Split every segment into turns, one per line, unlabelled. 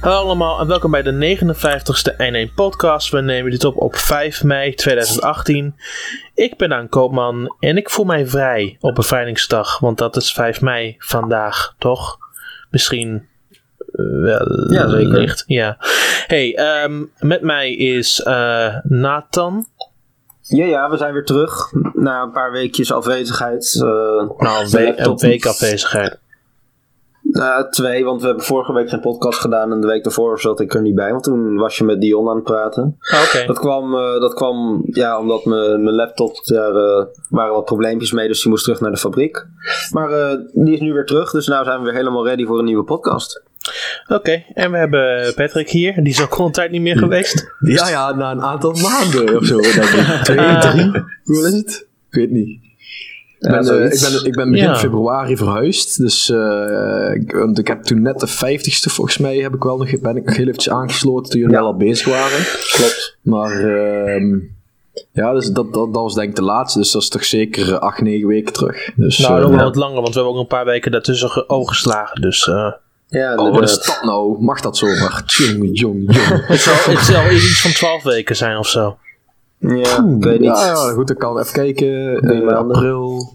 Hallo allemaal en welkom bij de 59ste N1 podcast. We nemen dit op 5 mei 2018. Ik ben Daan Koopman en ik voel mij vrij op bevrijdingsdag, want dat is 5 mei vandaag, toch? Misschien wel
ja, zeker.
licht. Ja. Hey, met mij is Nathan.
Ja, we zijn weer terug na een paar weekjes afwezigheid.
Een week afwezigheid.
2, want we hebben vorige week geen podcast gedaan en de week daarvoor zat ik er niet bij, want toen was je met Dion aan het praten.
Okay.
Dat kwam omdat mijn laptop, daar waren wat probleempjes mee, dus die moest terug naar de fabriek. Maar die is nu weer terug, dus nu zijn we weer helemaal ready voor een nieuwe podcast.
Oké, en we hebben Patrick hier, die is ook al een tijd niet meer geweest.
Ja, na een aantal maanden of zo, denk ik. 2, 3, hoe is het? Ik weet niet. Ik ben begin februari verhuisd, dus want ik heb toen net de 50ste volgens mij ben ik nog heel eventjes aangesloten toen jullie al bezig waren.
Klopt.
Maar dus dat was denk ik de laatste, dus dat is toch zeker 8, 9 weken terug. Dus,
nou, nog wel wat langer, want we hebben ook een paar weken daartussen overgeslagen, dus...
wat is dat nou? Mag dat zomaar? Jong.
Het zal iets van 12 weken zijn of zo.
Ja, ik weet niet.
Ja, goed, ik kan even kijken. April.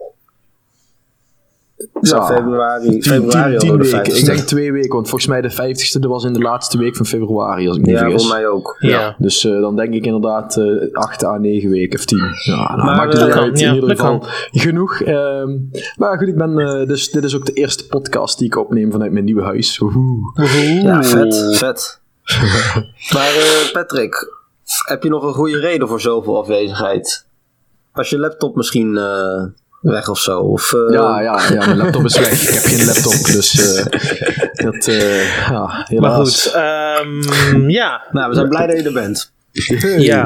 Ja, februari
10 weken. Ik denk 2 weken, want volgens mij de 50ste was in de laatste week van februari, als ik niet vergis.
Ja, voor mij ook.
Ja.
Dus dan denk ik inderdaad 8 à 9 weken of 10. Ja, nou, maakt het uit.
In
ieder geval genoeg. Maar goed, dus dit is ook de eerste podcast die ik opneem vanuit mijn nieuwe huis.
Ja, vet. Maar Patrick, heb je nog een goede reden voor zoveel afwezigheid? Was je laptop misschien weg of zo? Of,
Ja, mijn laptop is weg. Ik heb geen laptop, dus helaas.
Maar goed,
Nou, we zijn blij dat je er bent.
Ja.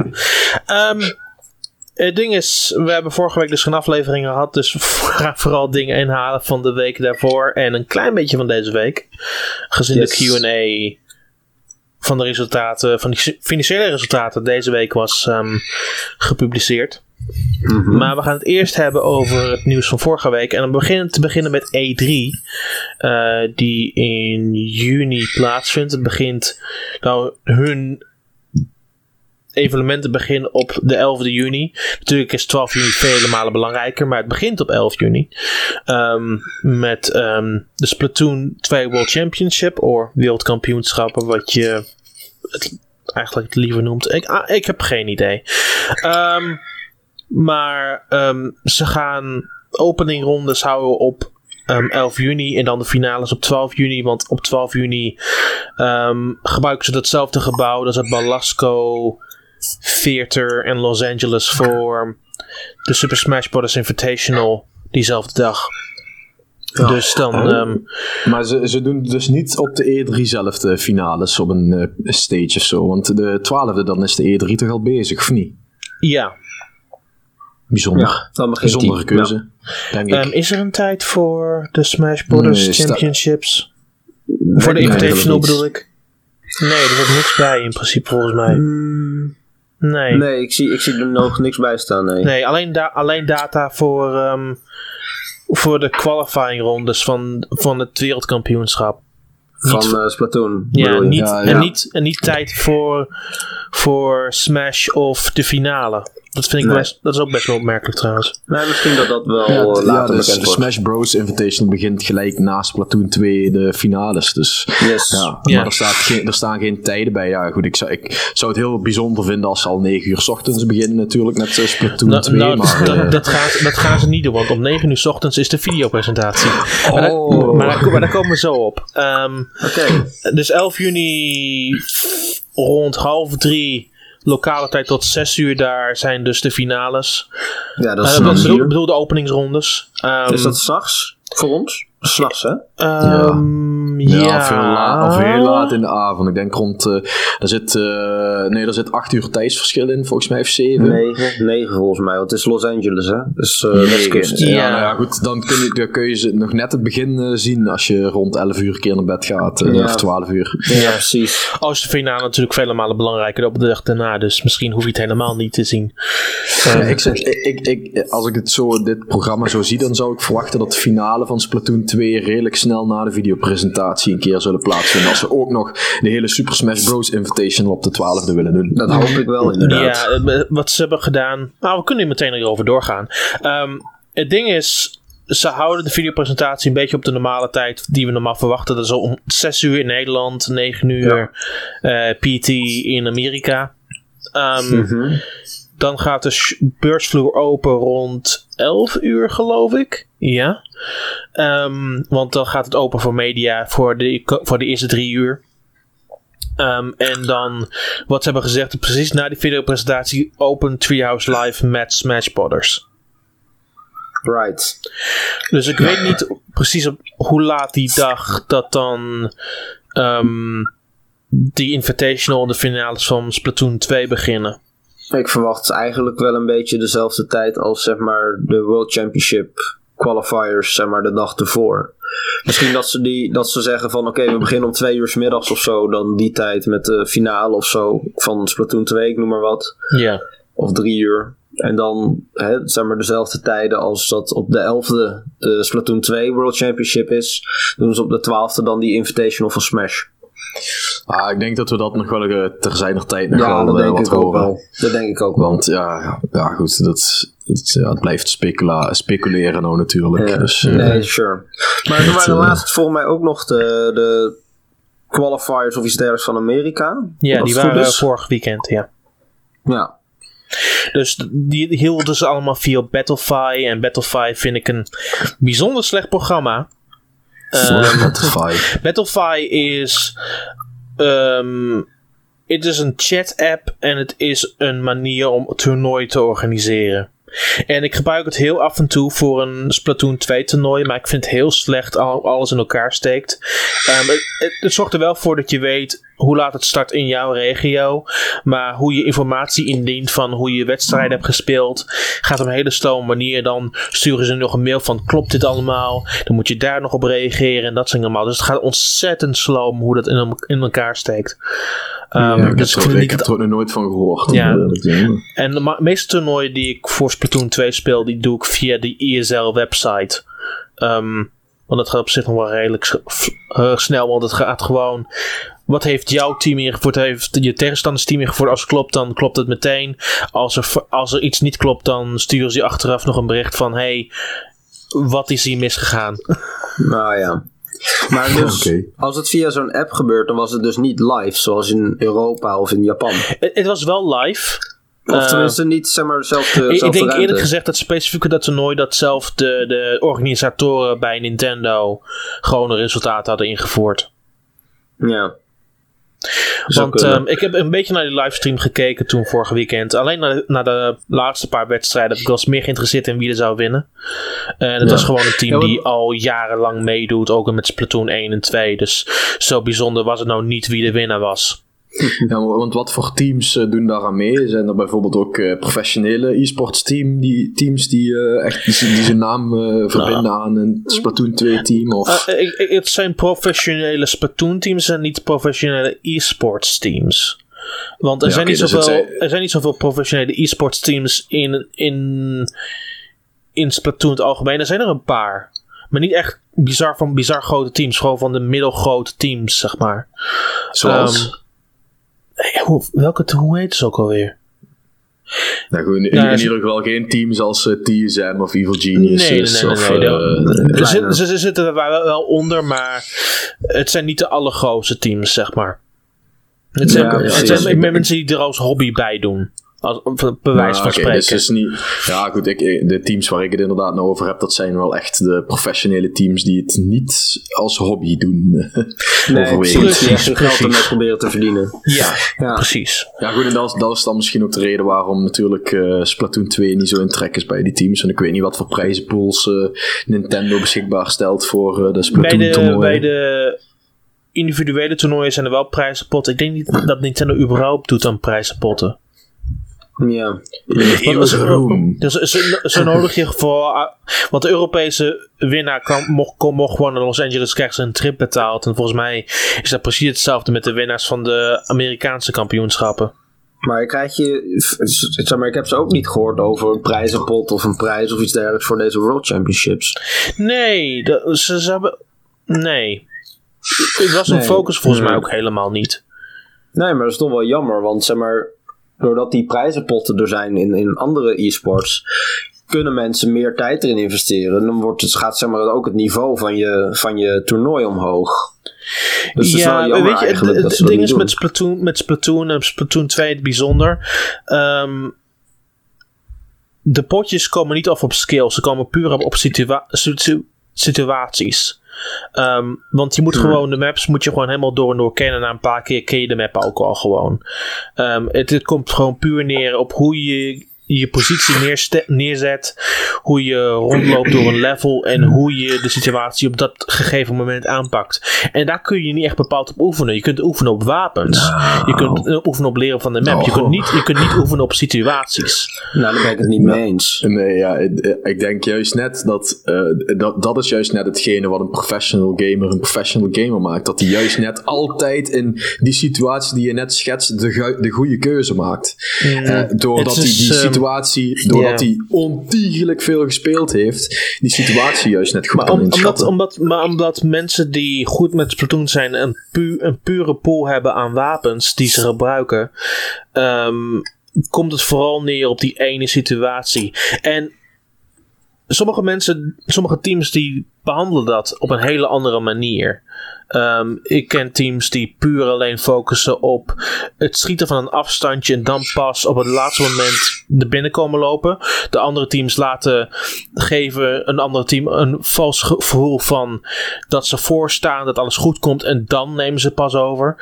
Het ding is, we hebben vorige week dus geen aflevering gehad, dus we gaan vooral dingen inhalen van de week daarvoor en een klein beetje van deze week. Gezien de Q&A van de resultaten, van die financiële resultaten deze week was gepubliceerd. Mm-hmm. Maar we gaan het eerst hebben over het nieuws van vorige week. En dan te beginnen met E3. Die in juni plaatsvindt. Het begint... Nou, hun evenementen beginnen op de 11e juni. Natuurlijk is 12 juni vele malen belangrijker. Maar het begint op 11 juni. Met de Splatoon 2 World Championship. Of wereldkampioenschappen. Wat je eigenlijk liever noemt. Ik heb geen idee. Maar ze gaan openingrondes houden op 11 juni en dan de finales op 12 juni. Want op 12 juni gebruiken ze datzelfde gebouw. Dat is het Belasco Theater in Los Angeles voor de Super Smash Bros. Invitational diezelfde dag. Ja. Dus dan...
Maar ze doen dus niet op de E3 zelf de finales op een stage of zo. Want de 12e dan is de E3 toch al bezig, of niet?
Ja.
Bijzonder. Bijzondere keuze, denk ik.
Is er een tijd voor de Smash Bros. Championships? Voor de Invitational bedoel ik? Nee, er zit niks bij in principe volgens mij.
Nee, ik zie er nog niks bij staan.
Nee, alleen data voor de qualifying rondes van het wereldkampioenschap.
Van Splatoon.
Ja, en niet tijd voor Smash of de finale. Dat vind ik dat is ook best wel opmerkelijk trouwens.
Nee, misschien dat wel later bekend wordt.
De Smash Bros. Invitational begint gelijk na Splatoon 2 de finales. Dus maar er staan geen tijden bij. Ja, goed, ik zou het heel bijzonder vinden als ze al 9 uur 's ochtends beginnen natuurlijk met Splatoon 2.
Dat gaan ze niet doen, want om 9 uur 's ochtends is de videopresentatie. Maar daar komen we zo op. Dus 11 juni rond 2:30 lokale tijd tot 6 uur, daar zijn dus de finales. Ja, dat is ik bedoel de openingsrondes.
Is dat 's nachts voor ons? 's nachts, hè?
Of heel laat in de avond. Ik denk rond... er zit 8 uur tijdsverschil in, volgens mij, of 7.
9 volgens mij, want het is Los Angeles, hè? Dus Westkust.
Goed, dan kun je ze nog net het begin zien als je rond 11 uur een keer naar bed gaat. Of 12 uur.
Ja, precies.
Als de finale natuurlijk vele malen belangrijker op de dag daarna, dus misschien hoef je het helemaal niet te zien.
Als ik dit programma zo zie, dan zou ik verwachten dat de finale van Splatoon 2 2 redelijk snel na de videopresentatie een keer zullen plaatsvinden. Als ze ook nog de hele Super Smash Bros. Invitational op de 12e willen doen.
Dat hoop ik wel, inderdaad.
Ja, wat ze hebben gedaan... Nou, we kunnen hier meteen erover doorgaan. Het ding is... Ze houden de videopresentatie een beetje op de normale tijd die we normaal verwachten. Dat is om 6 uur in Nederland, 9 uur PT in Amerika. Dan gaat de beursvloer open rond 11 uur, geloof ik. Ja. Want dan gaat het open voor media voor de eerste 3 uur. En dan, wat ze hebben gezegd, precies na die videopresentatie opent Treehouse Live met Smash Brothers.
Right.
Dus ik weet niet precies op hoe laat die dag dat dan die Invitational en de finales van Splatoon 2 beginnen.
Ik verwacht eigenlijk wel een beetje dezelfde tijd als zeg maar de World Championship qualifiers, zeg maar de dag ervoor. Misschien dat ze zeggen van oké, we beginnen om 2 uur 's middags of zo, dan die tijd met de finale of zo van Splatoon 2, ik noem maar wat.
Ja.
Of 3 uur. En dan zeg maar dezelfde tijden als dat op de 11e de Splatoon 2 World Championship is, doen ze op de 12e dan die Invitational van Smash.
Ik denk dat we dat nog wel ter zijner tijd nog wel
dat denk
wat
ik ook
horen.
wel. Dat denk ik ook wel.
Want goed, het blijft speculeren nou natuurlijk.
Ja.
Dus,
nee, sure. Maar er waren laatst volgens mij ook nog de qualifiers of iets dergelijks van Amerika.
Ja, die waren vorig weekend, ja.
Ja.
Dus die hielden ze allemaal via Battlefy. En Battlefy vind ik een bijzonder slecht programma. Battlefy is... het is een chat-app en het is een manier om toernooi te organiseren. En ik gebruik het heel af en toe voor een Splatoon 2 toernooi, maar ik vind het heel slecht alles in elkaar steekt. Het zorgt er wel voor dat je weet hoe laat het start in jouw regio, maar hoe je informatie indient van hoe je wedstrijden hebt gespeeld, gaat op een hele slome manier. Dan sturen ze nog een mail van klopt dit allemaal, dan moet je daar nog op reageren en dat soort allemaal. Dus het gaat ontzettend sloom hoe dat in elkaar steekt.
Ik heb er ook nog nooit van gehoord.
Ja. En de meeste toernooien die ik voor Splatoon 2 speel, die doe ik via de ESL website. Want dat gaat op zich nog wel redelijk snel, want het gaat gewoon... Wat heeft jouw team ingevoerd? Heeft je tegenstanders team ingevoerd? Als het klopt, dan klopt het meteen. Als er iets niet klopt, dan sturen ze achteraf nog een bericht van... Hey, wat is hier misgegaan?
Nou ja. Maar dus, als het via zo'n app gebeurt, dan was het dus niet live, zoals in Europa of in Japan.
Het was wel live.
Of tenminste niet, zeg maar, dezelfde
Ik denk eerlijk gezegd dat specifiek dat toernooi dat zelf de organisatoren bij Nintendo gewoon een resultaat hadden ingevoerd.
Ja.
Want ik heb een beetje naar die livestream gekeken toen vorige weekend. Alleen naar de laatste paar wedstrijden. Ik was meer geïnteresseerd in wie er zou winnen. En het was gewoon een team die al jarenlang meedoet. Ook met Splatoon 1 en 2. Dus zo bijzonder was het nou niet wie de winnaar was.
Ja, want wat voor teams doen daaraan mee? Zijn er bijvoorbeeld ook professionele e-sports teams die echt die zijn naam verbinden aan een Splatoon 2 team? Of?
Het zijn professionele Splatoon teams en niet professionele e-sports teams. Want er zijn niet zoveel professionele e-sports teams in Splatoon het algemeen. Er zijn er een paar. Maar niet echt bizar grote teams. Gewoon van de middelgrote teams, zeg maar.
Zoals?
Hoe heet ze ook alweer?
Nou goed, in ieder geval geen teams als TSM of Evil Geniuses.
Nee. Ze zitten er wel onder, maar het zijn niet de allergrootste teams, zeg maar. Het zijn mensen die er als hobby bij doen. Als bewijs van spreken.
Dus is niet, ja goed, de teams waar ik het inderdaad nou over heb, dat zijn wel echt de professionele teams die het niet als hobby doen.
Precies. Geld ermee proberen te verdienen.
Ja, precies.
Ja goed, en dat is dan misschien ook de reden waarom natuurlijk Splatoon 2 niet zo in trek is bij die teams. En ik weet niet wat voor prijzenpools Nintendo beschikbaar stelt voor de Splatoon toernooien.
Bij de individuele toernooien zijn er wel prijzenpotten. Ik denk niet dat Nintendo überhaupt doet aan prijzenpotten.
Ja.
Zo nodig je voor. Want de Europese winnaar mocht gewoon naar Los Angeles, krijgt ze een trip betaald. En volgens mij is dat precies hetzelfde met de winnaars van de Amerikaanse kampioenschappen.
Maar ik heb ze ook niet gehoord over een prijzenpot of een prijs of iets dergelijks voor deze World Championships.
Nee, ze hebben... Nee. Het was een focus volgens mij ook helemaal niet.
Nee, maar dat is toch wel jammer, want zeg maar, doordat die prijzenpotten er zijn in andere e-sports, kunnen mensen meer tijd erin investeren. En dan gaat zeg maar ook het niveau van je toernooi omhoog. Dus het is wel jammer eigenlijk dat ze dat niet doen. Het ding is
met Splatoon en Splatoon 2 het bijzonder. De potjes komen niet af op skills. Ze komen puur op situaties. Want je moet gewoon de maps moet je gewoon helemaal door en door kennen. Na een paar keer ken je de map ook al gewoon. Het komt gewoon puur neer op hoe je positie neerzet, hoe je rondloopt door een level en hoe je de situatie op dat gegeven moment aanpakt. En daar kun je niet echt bepaald op oefenen. Je kunt oefenen op wapens. Je kunt oefenen op leren van de map. Je kunt niet oefenen op situaties.
Nou, daar ben ik het niet mee eens.
Nee, ja, ik denk juist net dat is juist net hetgene wat een professional gamer maakt. Dat hij juist net altijd in die situatie die je net schetst de goede keuze maakt. Doordat hij die situatie, doordat hij ontiegelijk veel gespeeld heeft, die situatie juist net goed kan inschatten.
Omdat mensen die goed met Splatoon zijn een pure pool hebben aan wapens die ze gebruiken, komt het vooral neer op die ene situatie. En sommige teams die behandelen dat op een hele andere manier. Ik ken teams die puur alleen focussen op het schieten van een afstandje en dan pas op het laatste moment er binnenkomen lopen. De andere teams geven een ander team een vals gevoel van dat ze voorstaan, dat alles goed komt en dan nemen ze pas over.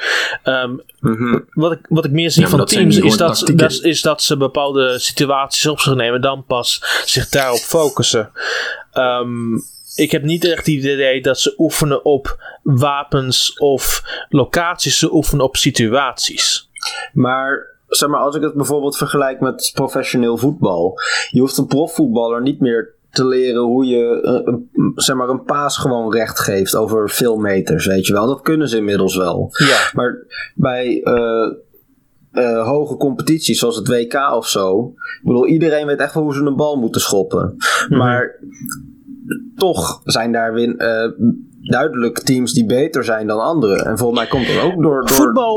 Wat ik meer zie van teams is dat ze bepaalde situaties op zich nemen en dan pas zich daarop focussen. Ik heb niet echt het idee dat ze oefenen op wapens of locaties, ze oefenen op situaties.
Maar zeg maar, als ik het bijvoorbeeld vergelijk met professioneel voetbal, je hoeft een profvoetballer niet meer te leren hoe je een paas gewoon recht geeft over veel meters, weet je wel. Dat kunnen ze inmiddels wel. Ja. Maar bij hoge competities zoals het WK of zo, ik bedoel, iedereen weet echt wel hoe ze een bal moeten schoppen. Maar toch zijn daar duidelijk teams die beter zijn dan anderen. En volgens mij komt dat ook door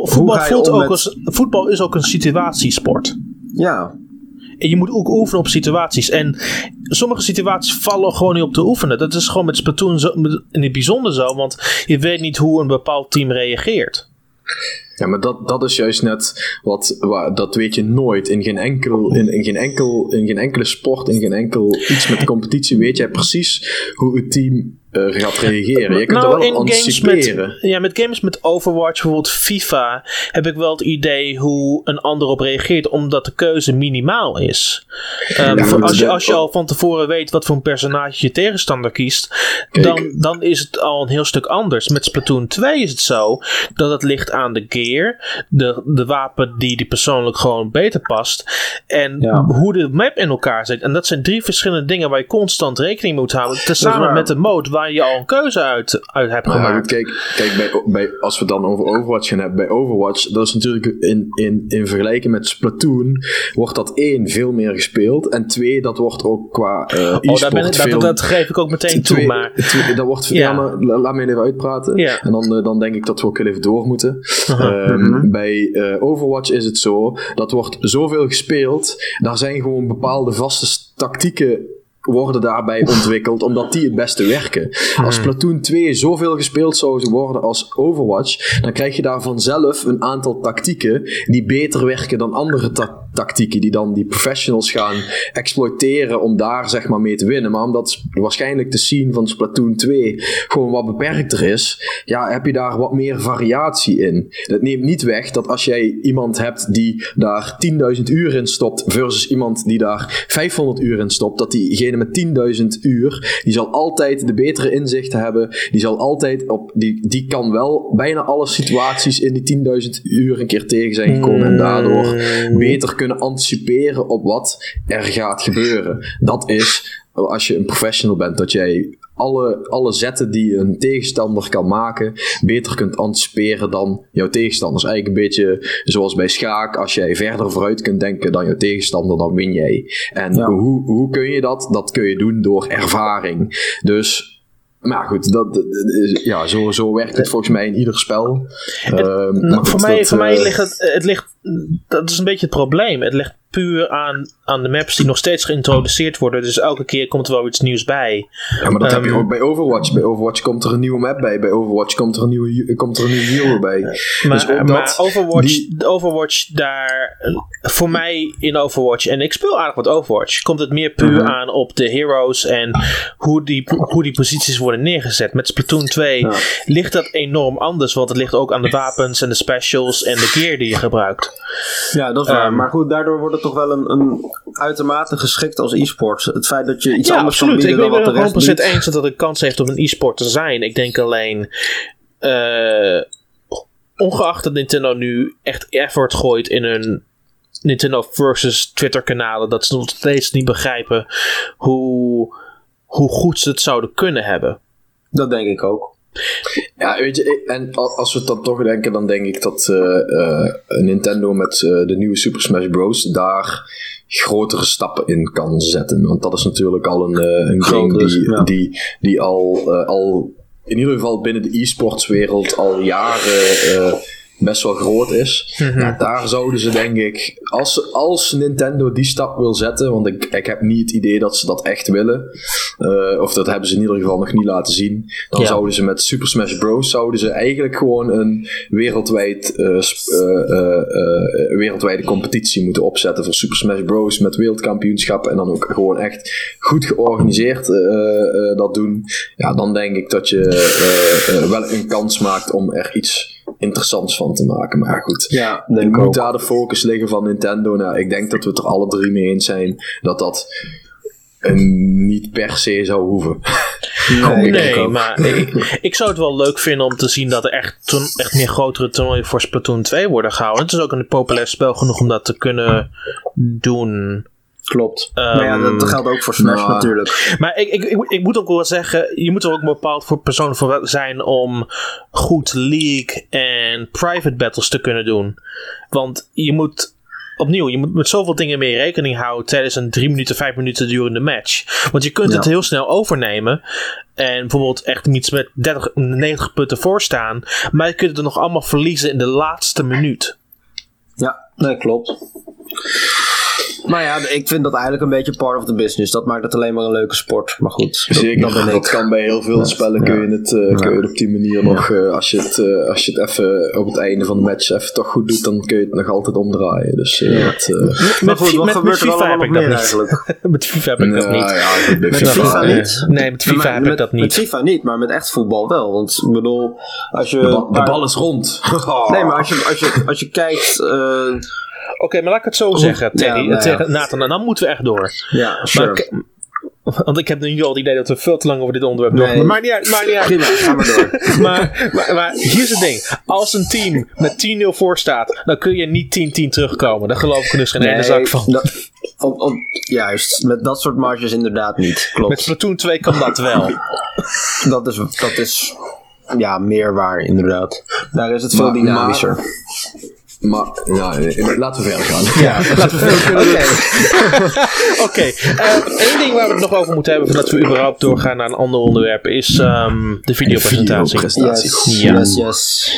voetbal is ook een situatiesport.
Ja.
En je moet ook oefenen op situaties. En sommige situaties vallen gewoon niet op te oefenen. Dat is gewoon met Splatoon in het bijzonder zo. Want je weet niet hoe een bepaald team reageert.
Ja, maar dat is juist net dat weet je nooit. In geen enkele sport, in geen enkel iets met competitie weet jij precies hoe het team gaat reageren. Je kunt er wel anticiperen.
Met games met Overwatch, bijvoorbeeld FIFA, heb ik wel het idee hoe een ander op reageert, omdat de keuze minimaal is. Als je al van tevoren weet wat voor een personage je tegenstander kiest, dan is het al een heel stuk anders. Met Splatoon 2 is het zo dat het ligt aan de gear, de wapen die persoonlijk gewoon beter past, en hoe de map in elkaar zit. En dat zijn 3 verschillende dingen waar je constant rekening moet houden, tezamen met de mode waar je al een keuze uit hebt gemaakt.
Kijk, als we dan over Overwatch gaan hebben, bij Overwatch, dat is natuurlijk in vergelijking met Splatoon, wordt dat 1 veel meer gespeeld, en 2, dat wordt ook qua e-sport
dat geef ik ook meteen toe, maar...
Dat wordt maar laat me even uitpraten, en dan denk ik dat we ook heel even door moeten. Bij Overwatch is het zo, dat wordt zoveel gespeeld, daar zijn gewoon bepaalde vaste tactieken worden daarbij ontwikkeld, omdat die het beste werken. Als Splatoon 2 zoveel gespeeld zou worden als Overwatch, dan krijg je daar vanzelf een aantal tactieken die beter werken dan andere tactieken, die dan die professionals gaan exploiteren om daar zeg maar mee te winnen. Maar omdat waarschijnlijk de scene van Splatoon 2 gewoon wat beperkter is, heb je daar wat meer variatie in. Dat neemt niet weg dat als jij iemand hebt die daar 10.000 uur in stopt versus iemand die daar 500 uur in stopt, dat diegene met 10.000 uur, die zal altijd de betere inzichten hebben, die zal altijd die kan wel bijna alle situaties in die 10.000 uur een keer tegen zijn gekomen en daardoor beter kunnen anticiperen op wat er gaat gebeuren. Dat is als je een professional bent, dat jij alle zetten die een tegenstander kan maken, beter kunt anticiperen dan jouw tegenstanders. Eigenlijk een beetje zoals bij schaak. Als jij verder vooruit kunt denken dan jouw tegenstander, dan win jij. En hoe kun je dat? Dat kun je doen door ervaring. Dus... Maar goed, zo werkt het volgens mij in ieder spel.
Voor mij ligt het ligt, dat is een beetje het probleem. Het ligt puur aan de maps die nog steeds geïntroduceerd worden. Dus elke keer komt er wel iets nieuws bij.
Ja, maar dat heb je ook bij Overwatch. Bij Overwatch komt er een nieuwe map bij. Bij Overwatch komt er een nieuwe hero bij.
Maar Overwatch daar... Voor mij in Overwatch, en ik speel aardig wat Overwatch, komt het meer puur aan op de heroes en hoe die posities worden neergezet. Met Splatoon 2 ligt dat enorm anders, want het ligt ook aan de wapens en de specials en de gear die je gebruikt.
Ja, dat is waar. Maar goed, daardoor wordt het toch wel een uitermate geschikt als e-sport. Het feit dat je iets anders kan bieden dan wat de rest biedt.
Ik ben 100% eens dat het een kans heeft om een e-sport te zijn. Ik denk alleen... ongeacht dat Nintendo nu echt effort gooit in hun Nintendo versus Twitter kanalen, dat ze nog steeds niet begrijpen hoe goed ze het zouden kunnen hebben.
Dat denk ik ook.
Ja, weet je, en als we het dan toch denken, dan denk ik dat Nintendo met de nieuwe Super Smash Bros. Daar grotere stappen in kan zetten. Want dat is natuurlijk al een game die al in ieder geval binnen de e-sports wereld al jaren best wel groot is. Mm-hmm. Nou, daar zouden ze denk ik, als Nintendo die stap wil zetten, want ik heb niet het idee dat ze dat echt willen, of dat hebben ze in ieder geval nog niet laten zien, dan zouden ze met Super Smash Bros. Zouden ze eigenlijk gewoon een wereldwijde competitie moeten opzetten voor Super Smash Bros. Met wereldkampioenschappen en dan ook gewoon echt goed georganiseerd dat doen. Ja, dan denk ik dat je wel een kans maakt om er iets interessants van te maken. Maar goed, moet daar de focus liggen van Nintendo? Nou, ik denk dat we het er alle drie mee eens zijn dat niet per se zou hoeven.
Nee, maar ik zou het wel leuk vinden om te zien dat er echt meer grotere toernooien voor Splatoon 2 worden gehouden. Het is ook een populair spel genoeg om dat te kunnen doen.
Klopt. Maar dat geldt ook voor Smash natuurlijk.
Maar ik moet ook wel zeggen, je moet er ook bepaald voor persoon voor zijn om goed League en private battles te kunnen doen. Want je moet met zoveel dingen mee rekening houden tijdens een 3 minuten, 5 minuten durende match. Want je kunt het heel snel overnemen en bijvoorbeeld echt iets met 90 punten voorstaan, maar je kunt het nog allemaal verliezen in de laatste minuut.
Ja, dat klopt. Maar ja, ik vind dat eigenlijk een beetje part of the business. Dat maakt het alleen maar een leuke sport. Maar goed,
zeker, dat kan bij heel veel spellen. Kun je het op die manier nog, als je het even op het einde van de match even toch goed doet, dan kun je het nog altijd omdraaien. Dus
wat gebeurt er allemaal nog meer eigenlijk? Met FIFA heb ik dat niet.
Met FIFA niet?
Nee, met FIFA heb ik dat niet.
Met FIFA niet, maar met echt voetbal wel. Want ik bedoel, als je...
De bal is rond.
Nee, maar als je kijkt...
Oké, maar laat ik het zo zeggen tegen Nathan. En dan moeten we echt door.
Ja, sure.
Want ik heb nu al het idee dat we veel te lang over dit onderwerp doen. Maar niet uit.
Prima, ga maar door.
maar hier is het ding. Als een team met 10-0 voor staat, dan kun je niet 10-10 terugkomen. Daar geloof ik er dus geen ene zak van.
Juist, met dat soort marges inderdaad niet. Klopt.
Met Splatoon 2 kan dat wel.
Dat is meer waar inderdaad. Daar is het veel dynamischer.
Maar, laten we verder gaan.
Ja, laten we verder gaan. Oké. Één ding waar we het nog over moeten hebben voordat we überhaupt doorgaan naar een ander onderwerp is de videopresentatie.
Yes.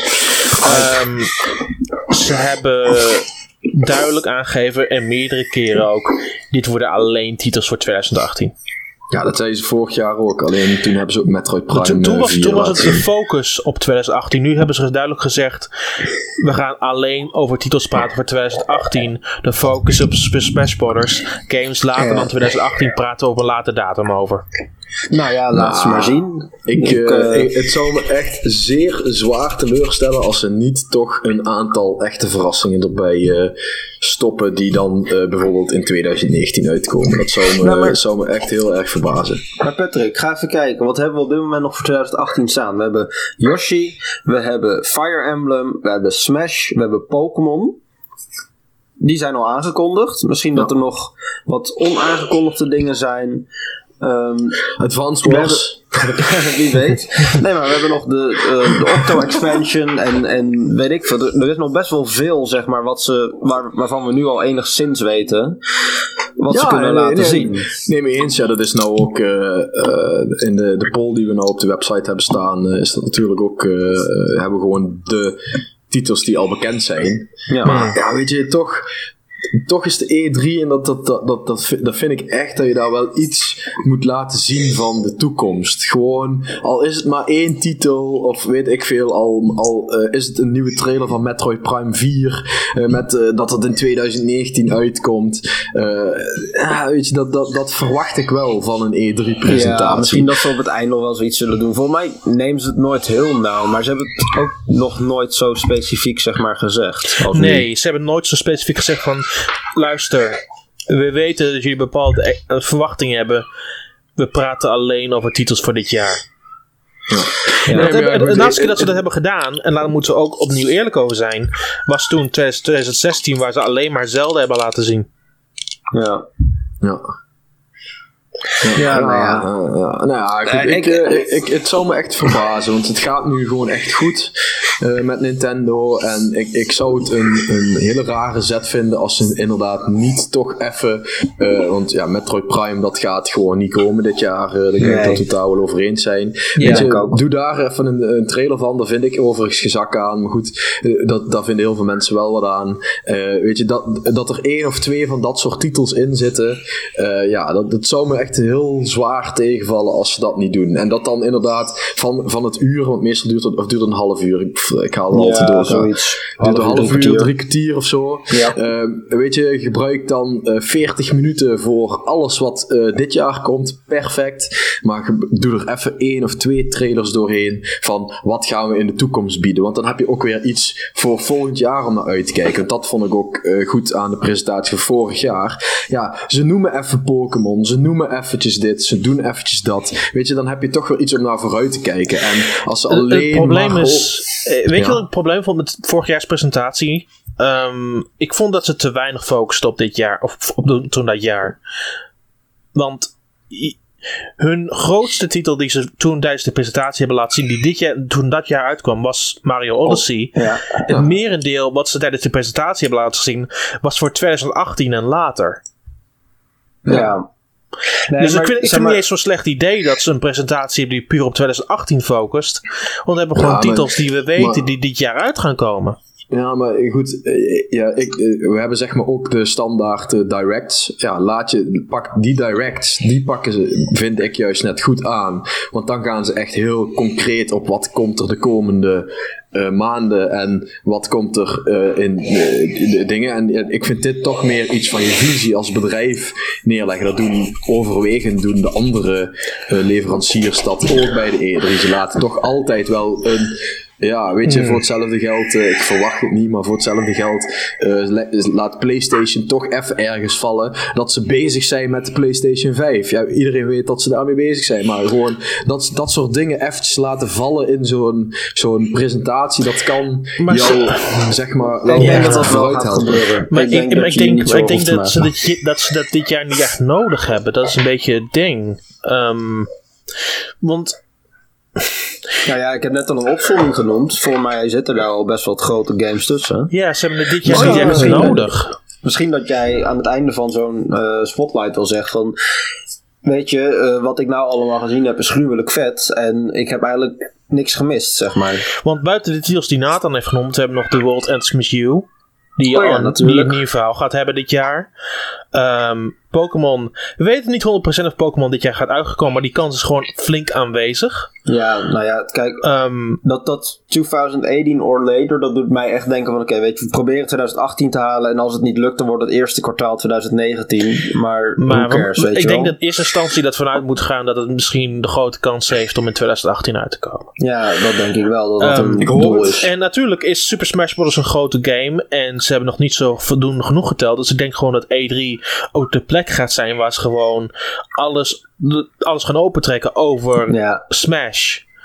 Ze hebben duidelijk aangegeven en meerdere keren ook, dit worden alleen titels voor 2018.
Ja, dat zei ze vorig jaar ook. Alleen toen hebben ze ook Metroid Prime
Toen was het de focus op 2018. Nu hebben ze duidelijk gezegd, we gaan alleen over titels praten voor 2018. De focus op Smash Brothers. Games later dan 2018 praten we op een later datum over.
Nou ja, laat ze maar zien.
Het zou me echt zeer zwaar teleurstellen als ze niet toch een aantal echte verrassingen erbij stoppen die dan bijvoorbeeld in 2019 uitkomen. Dat zou me echt heel erg verbazen.
Maar Patrick, ga even kijken. Wat hebben we op dit moment nog voor 2018 staan? We hebben Yoshi, we hebben Fire Emblem, we hebben Smash, we hebben Pokémon. Die zijn al aangekondigd. Misschien dat er nog wat onaangekondigde dingen zijn.
Advanced Wars.
Wie weet. Nee, maar we hebben nog de Octo-expansion en weet ik veel. Er is nog best wel veel, zeg maar, waarvan we nu al enigszins weten wat ze kunnen laten zien.
Nee, mee eens. Ja, dat is nou ook in de poll die we nou op de website hebben staan, is dat natuurlijk ook, hebben we gewoon de titels die al bekend zijn. Ja. Maar ja, weet je, toch is de E3 en dat vind ik echt dat je daar wel iets moet laten zien van de toekomst. Gewoon, al is het maar 1 titel, of weet ik veel, al is het een nieuwe trailer van Metroid Prime 4, dat het in 2019 uitkomt. Weet je, dat verwacht ik wel van een E3-presentatie.
Ja, misschien dat ze op het einde nog wel zoiets zullen doen. Volgens mij nemen ze het nooit heel nauw, maar ze hebben het ook nog nooit zo specifiek, zeg maar, gezegd.
Nee, ze hebben nooit zo specifiek gezegd van, luister, we weten dat jullie bepaalde verwachtingen hebben. We praten alleen over titels voor dit jaar. De laatste keer dat ze dat hebben gedaan, en daar moeten we ook opnieuw eerlijk over zijn, was toen 2016, waar ze alleen maar Zelda hebben laten zien.
Ja.
Het zou me echt verbazen, want het gaat nu gewoon echt goed met Nintendo. En ik zou het een hele rare zet vinden als ze inderdaad niet toch even, want ja, Metroid Prime, dat gaat gewoon niet komen dit jaar. Daar kan ik het totaal wel over eens zijn. Doe daar even een trailer van, daar vind ik overigens gezak aan. Maar goed, daar vinden heel veel mensen wel wat aan. Weet je, dat er 1 of 2 van dat soort titels in zitten, dat zou me echt heel zwaar tegenvallen als ze dat niet doen. En dat dan inderdaad van het uur, want meestal duurt het een half uur. Ik haal het altijd door.
Zoiets.
Duurt een half uur, 3 kwartier of zo. Ja. Weet je, gebruik dan 40 minuten voor alles wat dit jaar komt. Perfect. Maar doe er even 1 of 2 trailers doorheen van wat gaan we in de toekomst bieden. Want dan heb je ook weer iets voor volgend jaar om naar uit te kijken. En dat vond ik ook goed aan de presentatie van vorig jaar. Ja, ze noemen even Pokémon. Ze noemen eventjes dit. Ze doen eventjes dat. Weet je, dan heb je toch wel iets om naar vooruit te kijken. En als ze alleen
het probleem is... Weet je wat het probleem vond met vorig jaars presentatie? Ik vond dat ze te weinig focusten op dit jaar. Of toen dat jaar. Want hun grootste titel die ze toen tijdens de presentatie hebben laten zien, die toen dat jaar uitkwam, was Mario Odyssey. Het merendeel wat ze tijdens de presentatie hebben laten zien, was voor 2018 en later.
Ja. Nee,
dus ik vind het niet eens zo'n slecht idee dat ze een presentatie hebben die puur op 2018 focust. Want we hebben gewoon titels die we weten die dit jaar uit gaan komen.
Ja, maar goed, we hebben zeg maar ook de standaard directs. Ja, pak die directs, die pakken ze, vind ik juist net goed aan. Want dan gaan ze echt heel concreet op wat komt er de komende maanden en wat komt er in de dingen. En ik vind dit toch meer iets van je visie als bedrijf neerleggen. Dat overwegend doen de andere leveranciers dat ook bij de E3. Ze laten toch altijd wel een... Ja, weet je, voor hetzelfde geld, ik verwacht het niet, maar voor hetzelfde geld laat PlayStation toch even ergens vallen dat ze bezig zijn met de PlayStation 5. Ja, iedereen weet dat ze daarmee bezig zijn, maar gewoon dat soort dingen eventjes laten vallen in zo'n presentatie, dat kan zeg maar...
Ik denk dat dat wel gaat gebeuren.
Maar ik denk dat ze dat dit jaar niet echt nodig hebben. Dat is een beetje het ding. Want...
Nou ja, ik heb net al een opzomming genoemd. Voor mij zitten daar al best wel grote games tussen.
Ja, ze hebben het dit jaar niet echt nodig.
Misschien dat jij aan het einde van zo'n spotlight wel zegt van... Weet je, wat ik nou allemaal gezien heb is gruwelijk vet. En ik heb eigenlijk niks gemist, zeg maar.
Want buiten de titels die Nathan heeft genoemd, hebben we nog The World Ends With You. Die een nieuw verhaal gaat hebben dit jaar. Pokémon. We weten niet 100% of Pokémon dit jaar gaat uitgekomen, maar die kans is gewoon flink aanwezig.
Ja, nou ja, kijk, dat 2018 or later, dat doet mij echt denken van oké, weet je, we proberen 2018 te halen en als het niet lukt, dan wordt het eerste kwartaal 2019. Maar who cares, weet je wel.
Ik denk dat in eerste instantie dat vanuit moet gaan dat het misschien de grote kans heeft om in 2018 uit te komen.
Ja, dat denk ik wel, dat een doel is.
En natuurlijk is Super Smash Bros. Een grote game en ze hebben nog niet zo voldoende genoeg geteld, dus ik denk gewoon dat E3 ook de plek gaat zijn waar ze gewoon alles gaan opentrekken over Smash.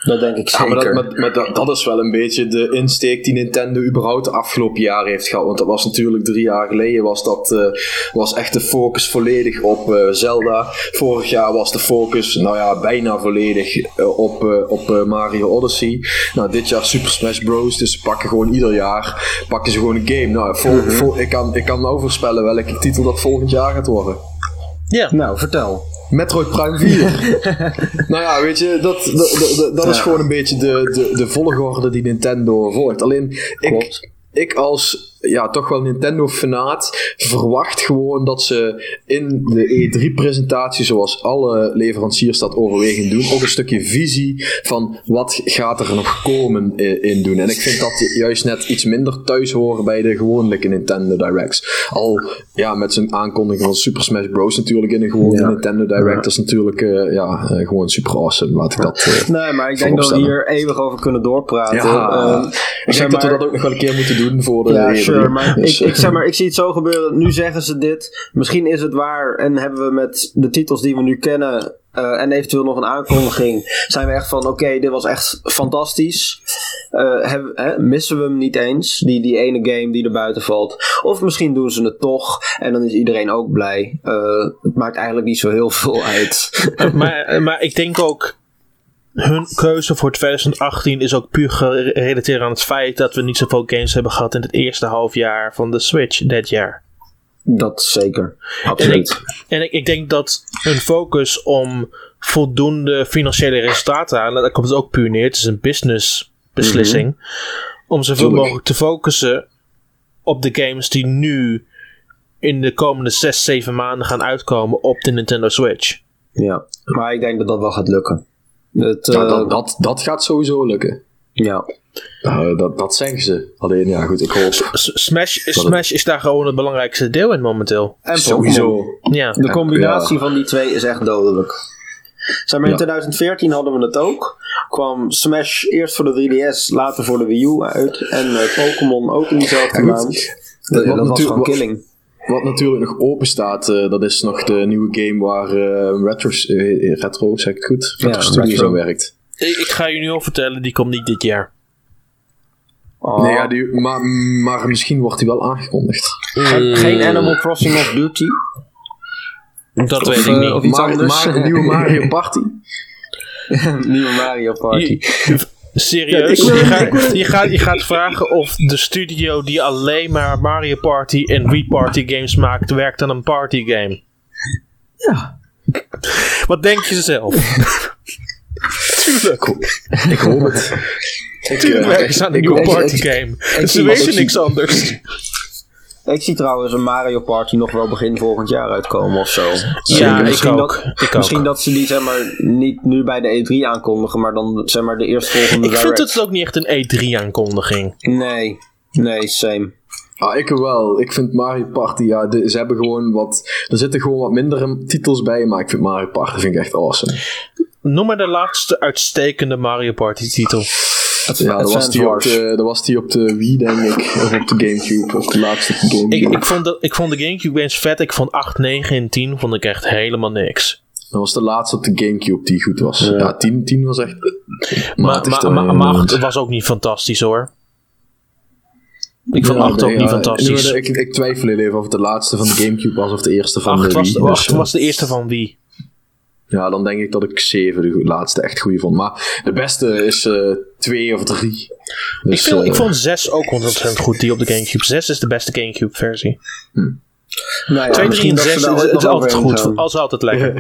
Dat denk ik zeker.
Maar dat is wel een beetje de insteek die Nintendo überhaupt de afgelopen jaren heeft gehad. Want dat was natuurlijk 3 jaar geleden was echt de focus volledig op Zelda. Vorig jaar was de focus bijna volledig op Mario Odyssey. Nou, dit jaar Super Smash Bros. Dus ze pakken gewoon ieder jaar ze gewoon een game. Nou, ik kan nou voorspellen welke titel dat volgend jaar gaat worden.
Ja.
Nou, vertel.
Metroid Prime 4. Nou ja, weet je, dat is gewoon een beetje de volgorde die Nintendo volgt. Alleen, ik als toch wel Nintendo-fanaat verwacht gewoon dat ze in de E3-presentatie, zoals alle leveranciers dat overwegend doen, ook een stukje visie van wat gaat er nog komen in doen. En ik vind dat juist net iets minder thuis horen bij de gewone Nintendo Directs. Al met zijn aankondiging van Super Smash Bros. Natuurlijk in een gewone Nintendo Direct, dat is natuurlijk gewoon super awesome. Laat ik dat
nee, maar ik denk dat we hier eeuwig over kunnen doorpraten.
Ik denk dat we dat ook nog wel een keer moeten doen voor de
maar ik zie het zo gebeuren. Nu zeggen ze dit. Misschien is het waar. En hebben we met de titels die we nu kennen en eventueel nog een aankondiging, zijn we echt van oké, dit was echt fantastisch. Missen we hem niet eens, die ene game die er buiten valt. Of misschien doen ze het toch en dan is iedereen ook blij. Het maakt eigenlijk niet zo heel veel uit.
Maar ik denk ook, hun keuze voor 2018 is ook puur gerelateerd aan het feit dat we niet zoveel games hebben gehad in het eerste halfjaar van de Switch dit jaar. Dat
zeker. Absoluut.
En ik denk dat hun focus om voldoende financiële resultaten aan, daar komt het ook puur neer, het is een business beslissing, om zoveel mogelijk te focussen op de games die nu in de komende 6-7 maanden gaan uitkomen op de Nintendo Switch.
Ja, maar ik denk dat dat wel gaat lukken.
Dat gaat sowieso lukken.
Ja.
Dat zeggen ze. Alleen, goed, ik hoop...
Smash is daar gewoon het belangrijkste deel in momenteel.
En sowieso.
Ja.
De combinatie van die twee is echt dodelijk. Zeg maar, in 2014 hadden we het ook. Kwam Smash eerst voor de 3DS, later voor de Wii U uit. En Pokémon ook in diezelfde maand. Dat was gewoon killing.
Wat natuurlijk nog open staat, dat is nog de nieuwe game waar Retro, zeg ik het goed? Retro Studios aan werkt.
Ik ga je nu al vertellen, die komt niet dit jaar.
Nee, maar misschien wordt die wel aangekondigd.
Geen Animal Crossing of Duty?
Dat weet ik niet.
Of iets anders.
Een nieuwe Mario Party.
Nieuwe Mario Party.
Serieus? Je gaat vragen of de studio die alleen maar Mario Party en Wii Party games maakt, werkt aan een party game.
Ja.
Wat denk je zelf?
Tuurlijk. Ik hoop het.
Tuurlijk werken ze aan een nieuwe party game. Ze weten niks anders.
Ik zie trouwens een Mario Party nog wel begin volgend jaar uitkomen of zo.
Ja,
misschien dat ze die zeg maar niet nu bij de E3 aankondigen, maar dan zeg maar de eerstvolgende
direct. Ik vind het ook niet echt een E3 aankondiging.
Nee, same.
Ik wel. Ik vind Mario Party, ze hebben gewoon er zitten gewoon wat mindere titels bij, maar ik vind Mario Party vind ik echt awesome.
Noem maar de laatste uitstekende Mario Party titel.
Dat was die op de Wii, denk ik. Of op de Gamecube. Of de laatste op de Gamecube.
Ik vond de Gamecube games vet. Ik vond 8, 9 en 10 vond ik echt helemaal niks.
Dat was de laatste op de Gamecube die goed was. Ja, 10 was echt...
Maar 8 was ook niet fantastisch, hoor. Ik vond 8 ook niet fantastisch.
Ik twijfel even of het de laatste van de Gamecube was of de eerste van de Wii.
8 was de eerste van Wii.
Ja, dan denk ik dat ik 7 de laatste echt goede vond. Maar de beste is 2 of 3. Dus,
ik vond 6 ook ontzettend goed, die op de Gamecube. 6 is de beste Gamecube versie. 2, 3 en 6 is altijd goed. Als altijd lekker.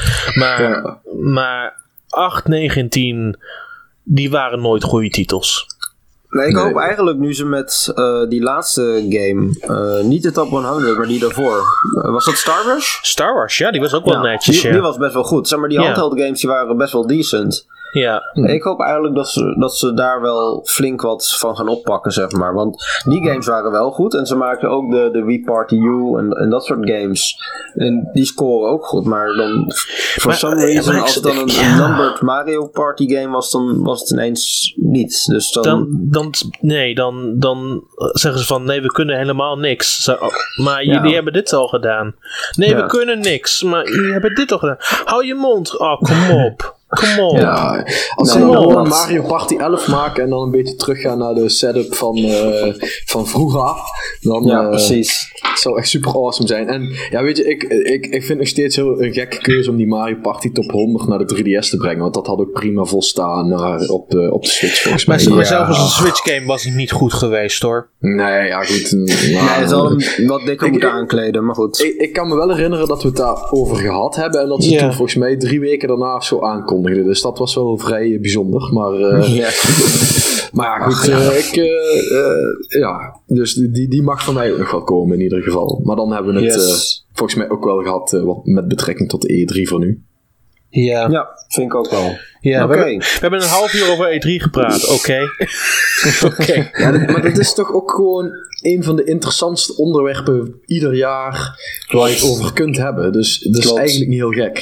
Maar 8, 9 en 10, die waren nooit goede titels.
Nee, ik hoop eigenlijk nu ze met die laatste game, niet de top 100, maar die daarvoor. Was dat Star Rush?
Star Rush, ja, die was ook wel netjes.
Die was best wel goed. Zeg maar, die handheld games die waren best wel decent.
Ja.
Ik hoop eigenlijk dat ze daar wel flink wat van gaan oppakken, zeg maar. Want die games waren wel goed. En ze maakten ook de Wii Party U en dat soort games. En die scoren ook goed. Maar dan, for some reason, als het dan een numbered Mario Party game was, dan was het ineens niet. Dus
dan zeggen ze van, nee, we kunnen helemaal niks. Maar jullie hebben dit al gedaan. Nee, we kunnen niks. Maar jullie hebben dit al gedaan. Hou je mond. Oh, kom op. Come on.
Ja, als ze gewoon Mario Party 11 maken en dan een beetje teruggaan naar de setup van vroeger, dan
precies.
Het zou echt super awesome zijn. En ja, weet je, ik vind nog steeds een gekke keuze om die Mario Party Top 100 naar de 3DS te brengen, want dat had ook prima volstaan op de Switch volgens mij.
Maar zelfs als een Switch game was het niet goed geweest hoor.
Nee, ja goed.
Nee, het zal hem wat dikker moeten aankleden, maar goed.
Ik kan me wel herinneren dat we het daarover gehad hebben en dat ze toen volgens mij 3 weken daarna zo aankondigden. Dus dat was wel vrij bijzonder. Maar, maar ja, goed. Dus die mag van mij ook nog wel komen in ieder geval. Maar dan hebben we het volgens mij ook wel gehad wat met betrekking tot de E3 van nu.
Ja, vind ik ook wel.
Ja, we hebben een half uur over E3 gepraat. Oké.
Ja, maar dat is toch ook gewoon een van de interessantste onderwerpen ieder jaar waar je het over kunt hebben. Dus dat is eigenlijk niet heel gek.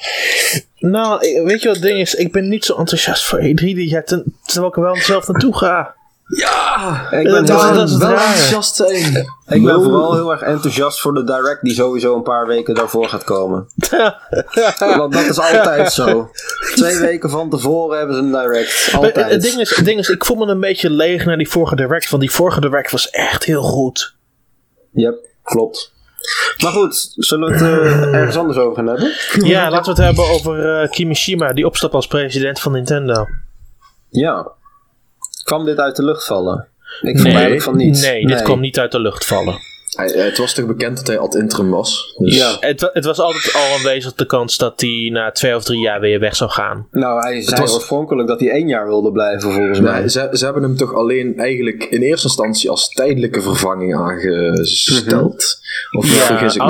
Nou, weet je wat het ding is? Ik ben niet zo enthousiast voor E3 dit jaar, terwijl ik er wel zelf naartoe ga.
Ja,
ik ben
wel enthousiast zijn.
Ik ben vooral heel erg enthousiast voor de Direct die sowieso een paar weken daarvoor gaat komen. Want dat is altijd zo. 2 weken van tevoren hebben ze een Direct. Altijd.
Het ding is, ik voel me een beetje leeg naar die vorige Direct, want die vorige Direct was echt heel goed.
Yep, klopt. Maar goed, zullen we het ergens anders over gaan hebben?
Ja, laten we het hebben over Kimishima, die opstapt als president van Nintendo.
Ja. Kwam dit uit de lucht vallen? Ik vond eigenlijk van niet.
Nee, dit kwam niet uit de lucht vallen.
Het was toch bekend dat hij ad interim was? Dus...
Ja. Het was altijd al aanwezig de kans dat hij na 2 of 3 jaar weer weg zou gaan.
Nou, hij zei oorspronkelijk dat hij 1 jaar wilde blijven volgens mij.
Ze hebben hem toch alleen eigenlijk in eerste instantie als tijdelijke vervanging aangesteld? Of vergis ik me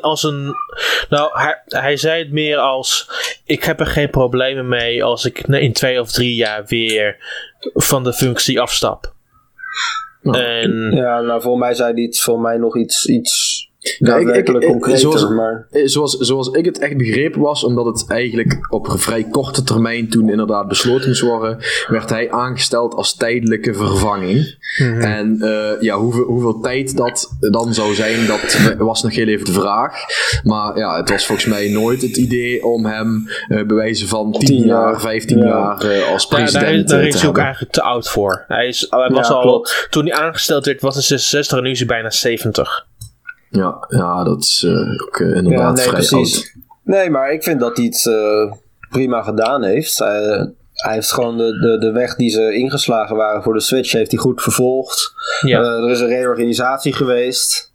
nou? Hij zei het meer als: ik heb er geen problemen mee als ik in 2 of 3 jaar weer van de functie afstap. En...
Ja, nou voor mij zei hij voor mij nog iets daadwerkelijk concreter. Maar...
Zoals ik het echt begrepen was, omdat het eigenlijk op een vrij korte termijn toen inderdaad besloten moest worden, werd hij aangesteld als tijdelijke vervanging. Mm-hmm. En hoeveel tijd dat dan zou zijn, dat was nog heel even de vraag. Maar ja, het was volgens mij nooit het idee om hem bewijzen van 10 jaar, 15 jaar als president
daar is hij ook eigenlijk te oud voor. Hij was al, toen hij aangesteld werd, was hij 66 en nu is hij bijna 70.
Ja, dat is ook inderdaad vrij
precies.
oud.
Nee, maar ik vind dat hij het prima gedaan heeft. Hij heeft gewoon de weg die ze ingeslagen waren voor de Switch, heeft hij goed vervolgd. Ja. Er is een reorganisatie geweest.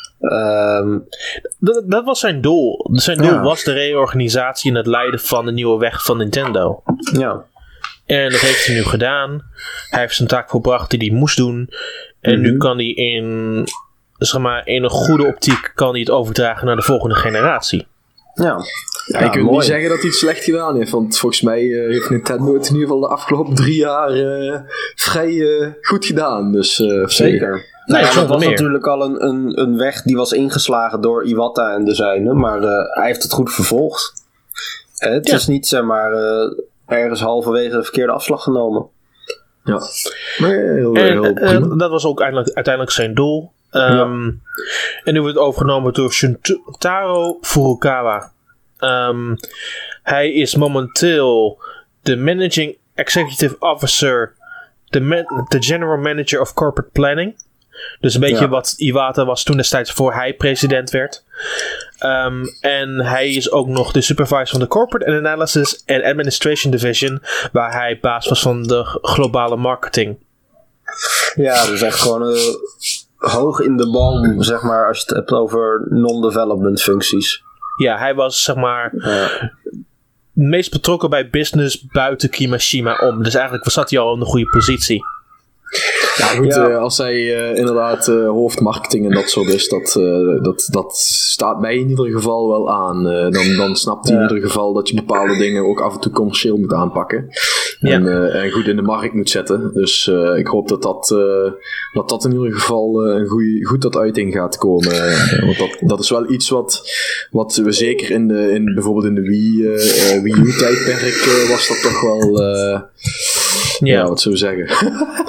Dat was zijn doel. Zijn doel was de reorganisatie en het leiden van de nieuwe weg van Nintendo.
Ja.
En dat heeft hij nu gedaan. Hij heeft zijn taak volbracht die hij moest doen. En nu kan hij in een goede optiek kan hij het overdragen naar de volgende generatie.
Ja, je kunt niet zeggen dat hij het slecht gedaan heeft. Want volgens mij heeft Nintendo het in ieder geval de afgelopen 3 jaar vrij goed gedaan. Dus,
zeker. Dat was natuurlijk al een weg die was ingeslagen door Iwata en de zijnen. Maar hij heeft het goed vervolgd. Het is niet ergens halverwege de verkeerde afslag genomen.
Ja, heel prima.
Dat was ook uiteindelijk zijn doel. En nu wordt het overgenomen door Shuntaro Furukawa. Hij is momenteel de Managing Executive Officer, de General Manager of Corporate Planning. Dus een beetje wat Iwata was toen destijds voor hij president werd. En hij is ook nog de supervisor van de Corporate Analysis and Administration Division, waar hij baas was van de globale marketing.
Ja, dus echt gewoon hoog in de boom, zeg maar, als je het hebt over non-development functies.
Ja, hij was, zeg maar, meest betrokken bij business buiten Kimishima om. Dus eigenlijk zat hij al in een goede positie.
Ja goed, als hij inderdaad hoofdmarketing en dat soort is, dat staat mij in ieder geval wel aan. Dan snapt hij in ieder geval dat je bepaalde dingen ook af en toe commercieel moet aanpakken. En goed in de markt moet zetten. Dus ik hoop dat in ieder geval goed tot uiting gaat komen. Want dat is wel iets wat we zeker in bijvoorbeeld in de Wii U tijdperk was dat toch wel... wat zullen we zeggen?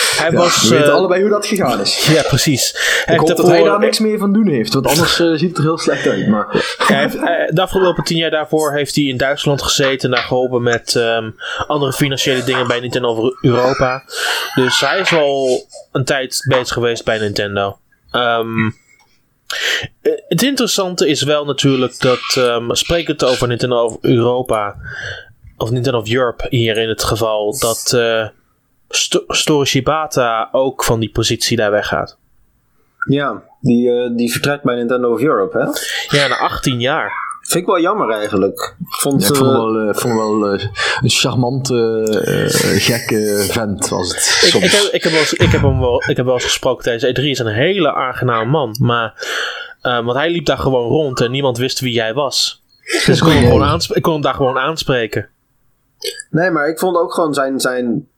We weten allebei hoe dat gegaan is.
Ja, precies.
Ik hoop dat hij daar niks meer van doen heeft, want anders ziet het er heel slecht uit. Maar...
De afgelopen 10 jaar daarvoor heeft hij in Duitsland gezeten en daar geholpen met andere financiële dingen bij Nintendo over Europa. Dus hij is al een tijd bezig geweest bij Nintendo. Het interessante is wel natuurlijk dat, sprekend over Nintendo of Europa, of Nintendo of Europe hier in het geval, dat Satoru Shibata ook van die positie daar weggaat.
Ja, die vertrekt bij Nintendo of Europe, hè?
Ja, na 18 jaar.
Vind ik wel jammer eigenlijk. Ik vond
wel een charmante, gekke vent was het soms.
Ik heb wel eens gesproken tijdens E3. Is een hele aangename man. Maar, want hij liep daar gewoon rond en niemand wist wie jij was. Dus ik kon hem daar gewoon aanspreken.
Nee, maar ik vond ook gewoon zijn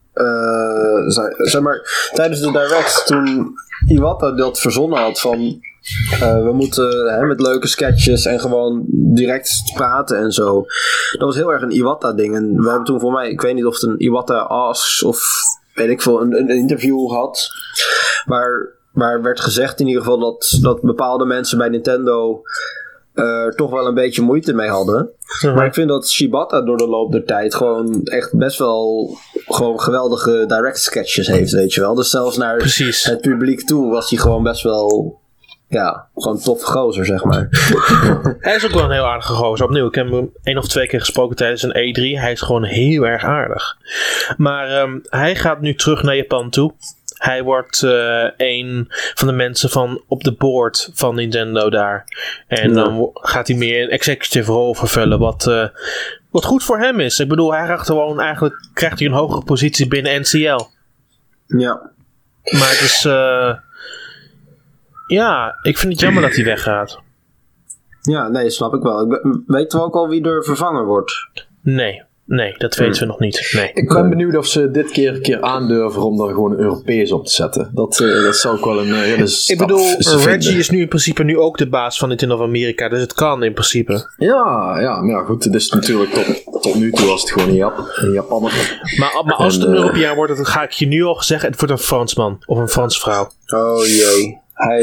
zeg maar, tijdens de Direct toen Iwata dat verzonnen had van we moeten met leuke sketches en gewoon direct praten en zo. Dat was heel erg een Iwata ding. En we hebben toen voor mij, ik weet niet of het een Iwata Asks of weet ik veel, een interview had. Waar werd gezegd in ieder geval dat bepaalde mensen bij Nintendo toch wel een beetje moeite mee hadden. Uh-huh. Maar ik vind dat Shibata door de loop der tijd gewoon echt best wel gewoon geweldige direct sketches heeft, weet je wel. Dus zelfs naar het publiek toe was hij gewoon best wel gewoon tof gozer, zeg maar.
Hij is ook wel een heel aardige gozer. Opnieuw, ik heb hem 1 of 2 keer gesproken tijdens een E3. Hij is gewoon heel erg aardig. Maar hij gaat nu terug naar Japan toe. Hij wordt een van de mensen van op de board van Nintendo daar. En dan gaat hij meer een executive rol vervullen. Wat goed voor hem is. Ik bedoel, hij krijgt gewoon eigenlijk een hogere positie binnen NCL.
Ja.
Maar het is... ik vind het jammer dat hij weggaat.
Ja, nee, snap ik wel. Weet we ook al wie er vervangen wordt?
Nee, dat weten we nog niet. Nee.
Ik ben benieuwd of ze dit keer een keer aandurven om dan gewoon een Europees op te zetten. Dat zou ook wel een stap.
Ik bedoel, Reggie is nu in principe nu ook de baas van Nintendo of Amerika, dus het kan in principe.
Ja, goed, het is natuurlijk tot nu toe was het gewoon een Japanner.
Maar als het een Europeaan wordt, dan ga ik je nu al zeggen, het wordt een Fransman of een Frans vrouw.
Oh jee.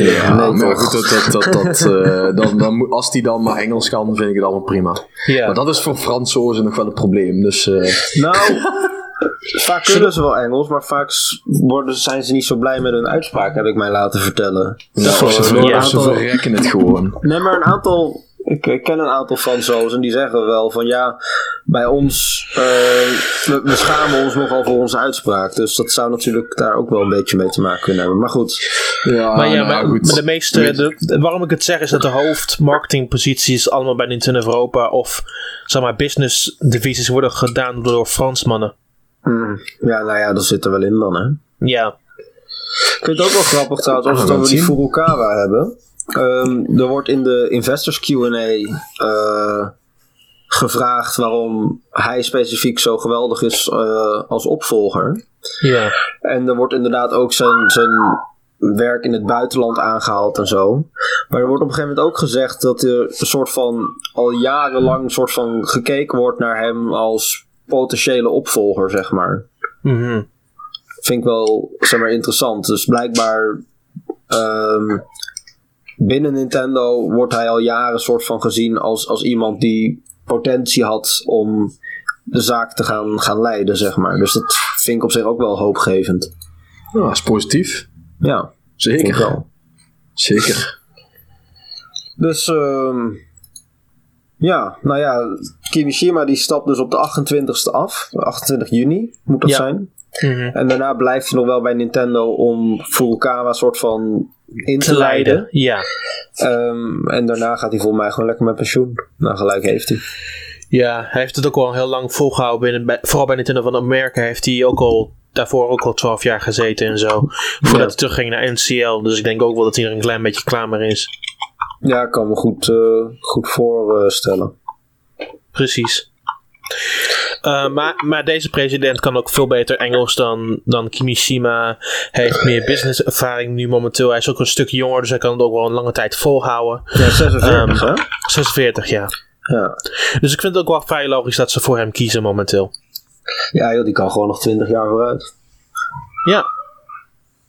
Dan als die dan maar Engels kan, vind ik het allemaal prima. Yeah. Maar dat is voor Fransozen nog wel een probleem. Dus,
Nou, vaak kunnen ze wel Engels, maar vaak zijn ze niet zo blij met hun uitspraak, heb ik mij laten vertellen.
Ze verrekken het gewoon.
Nee, maar een aantal... Ik ken een aantal Fransozen die zeggen wel van bij ons, we schamen ons nogal voor onze uitspraak. Dus dat zou natuurlijk daar ook wel een beetje mee te maken kunnen hebben. Maar goed.
Maar de meeste, waarom ik het zeg is dat de hoofdmarketingposities allemaal bij Nintendo Europa of zeg maar business divisies worden gedaan door Fransmannen.
Dat zit er wel in dan, hè?
Ja.
Ik vind het ook wel grappig trouwens, als we het over die Furukawa hebben. Er wordt in de Investors Q&A gevraagd waarom hij specifiek zo geweldig is als opvolger.
Ja.
En er wordt inderdaad ook zijn werk in het buitenland aangehaald en zo. Maar er wordt op een gegeven moment ook gezegd dat er een soort van al jarenlang soort van gekeken wordt naar hem als potentiële opvolger, zeg maar.
Mm-hmm.
Vind ik wel, zeg maar, interessant. Dus blijkbaar binnen Nintendo wordt hij al jaren soort van gezien als iemand die potentie had om de zaak te gaan leiden, zeg maar. Dus dat vind ik op zich ook wel hoopgevend.
Ja, dat is positief.
Ja,
zeker. Wel. Zeker.
Dus, Kimishima die stapt dus op de 28e af. 28 juni moet dat zijn. Mm-hmm. En daarna blijft hij nog wel bij Nintendo om Furukawa soort van in te leiden.
Ja.
En daarna gaat hij volgens mij gewoon lekker met pensioen. Nou, gelijk heeft hij.
Ja, hij heeft het ook al heel lang volgehouden. Vooral bij Nintendo van Amerika heeft hij daarvoor ook al 12 jaar gezeten en zo. Voordat hij terugging naar NCL. Dus ik denk ook wel dat hij er een klein beetje klaar mee is.
Ja, ik kan me goed voorstellen.
Precies. Maar deze president kan ook veel beter Engels dan Kimishima. Hij heeft meer business ervaring nu momenteel. Hij is ook een stuk jonger, dus hij kan het ook wel een lange tijd volhouden.
Ja, 46 hè?
46, ja. Dus ik vind het ook wel vrij logisch dat ze voor hem kiezen momenteel.
Ja joh, die kan gewoon nog 20 jaar vooruit.
Ja,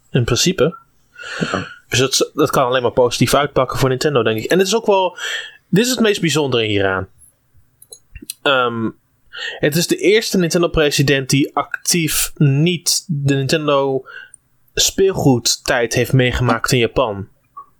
in principe. Ja. Dus dat kan alleen maar positief uitpakken voor Nintendo, denk ik. En dit is ook wel... Dit is het meest bijzondere hieraan. Het is de eerste Nintendo-president die actief niet de Nintendo speelgoedtijd heeft meegemaakt in Japan.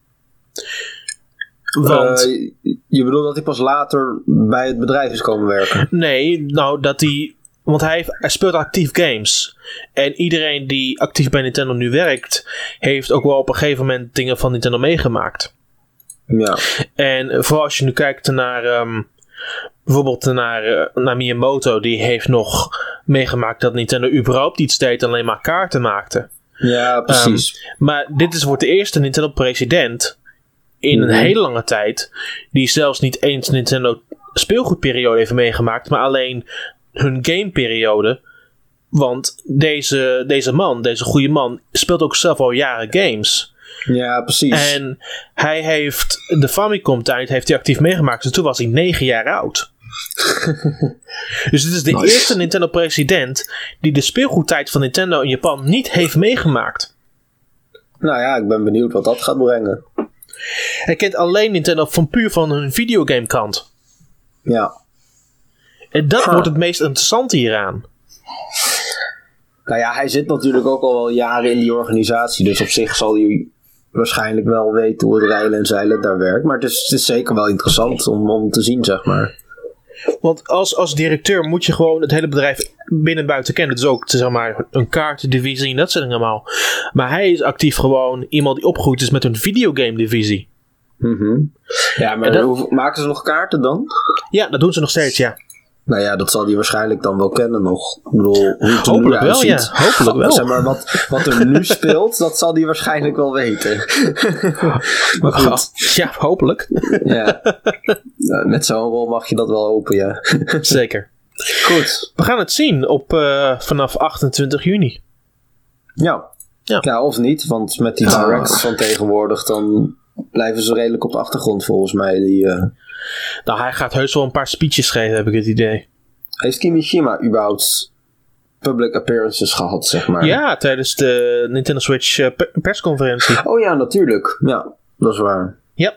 Want...
je bedoelt dat hij pas later bij het bedrijf is komen werken?
Nee, nou dat hij... Want hij speelt actief games. En iedereen die actief bij Nintendo nu werkt... heeft ook wel op een gegeven moment dingen van Nintendo meegemaakt.
Ja.
En vooral als je nu kijkt naar... bijvoorbeeld naar Miyamoto. Die heeft nog meegemaakt dat Nintendo überhaupt iets deed. Alleen maar kaarten maakte.
Ja, precies.
Maar dit wordt de eerste Nintendo-president... in een hele lange tijd... die zelfs niet eens Nintendo speelgoedperiode heeft meegemaakt... maar alleen... hun gameperiode. Want deze man, deze goede man... speelt ook zelf al jaren games.
Ja, precies.
En hij heeft de Famicom-tijd heeft hij actief meegemaakt. Dus toen was hij 9 jaar oud. Dus dit is de eerste Nintendo-president... die de speelgoedtijd van Nintendo in Japan niet heeft meegemaakt.
Nou ja, ik ben benieuwd wat dat gaat brengen.
Hij kent alleen Nintendo puur van hun videogame kant.
Ja.
En dat wordt het meest interessante hieraan.
Nou ja, hij zit natuurlijk ook al wel jaren in die organisatie. Dus op zich zal hij waarschijnlijk wel weten hoe het rijlen en zeilen daar werkt. Maar het is zeker wel interessant om te zien, zeg maar.
Want als directeur moet je gewoon het hele bedrijf binnen en buiten kennen. Dus ook zeg maar, een kaartendivisie en dat soort dingen allemaal. Maar hij is actief gewoon iemand die opgegroeid is met een videogame divisie.
Mm-hmm. Ja, maar maken ze nog kaarten dan?
Ja, dat doen ze nog steeds, ja.
Nou ja, dat zal hij waarschijnlijk dan wel kennen nog. Ik bedoel, hoe het
hopelijk wel, ja. Hopelijk wel.
Zeg maar, wat er nu speelt, dat zal hij waarschijnlijk wel weten. Maar goed.
Ja, hopelijk.
Ja. Met zo'n rol mag je dat wel hopen, ja.
Zeker.
Goed.
We gaan het zien vanaf 28 juni.
Ja, of niet, want met die directs van tegenwoordig, dan blijven ze redelijk op de achtergrond volgens mij.
Nou, hij gaat heus wel een paar speeches geven, heb ik het idee.
Heeft Kimishima überhaupt public appearances gehad, zeg maar?
Ja, tijdens de Nintendo Switch persconferentie.
Oh ja, natuurlijk. Ja, dat is waar.
Ja.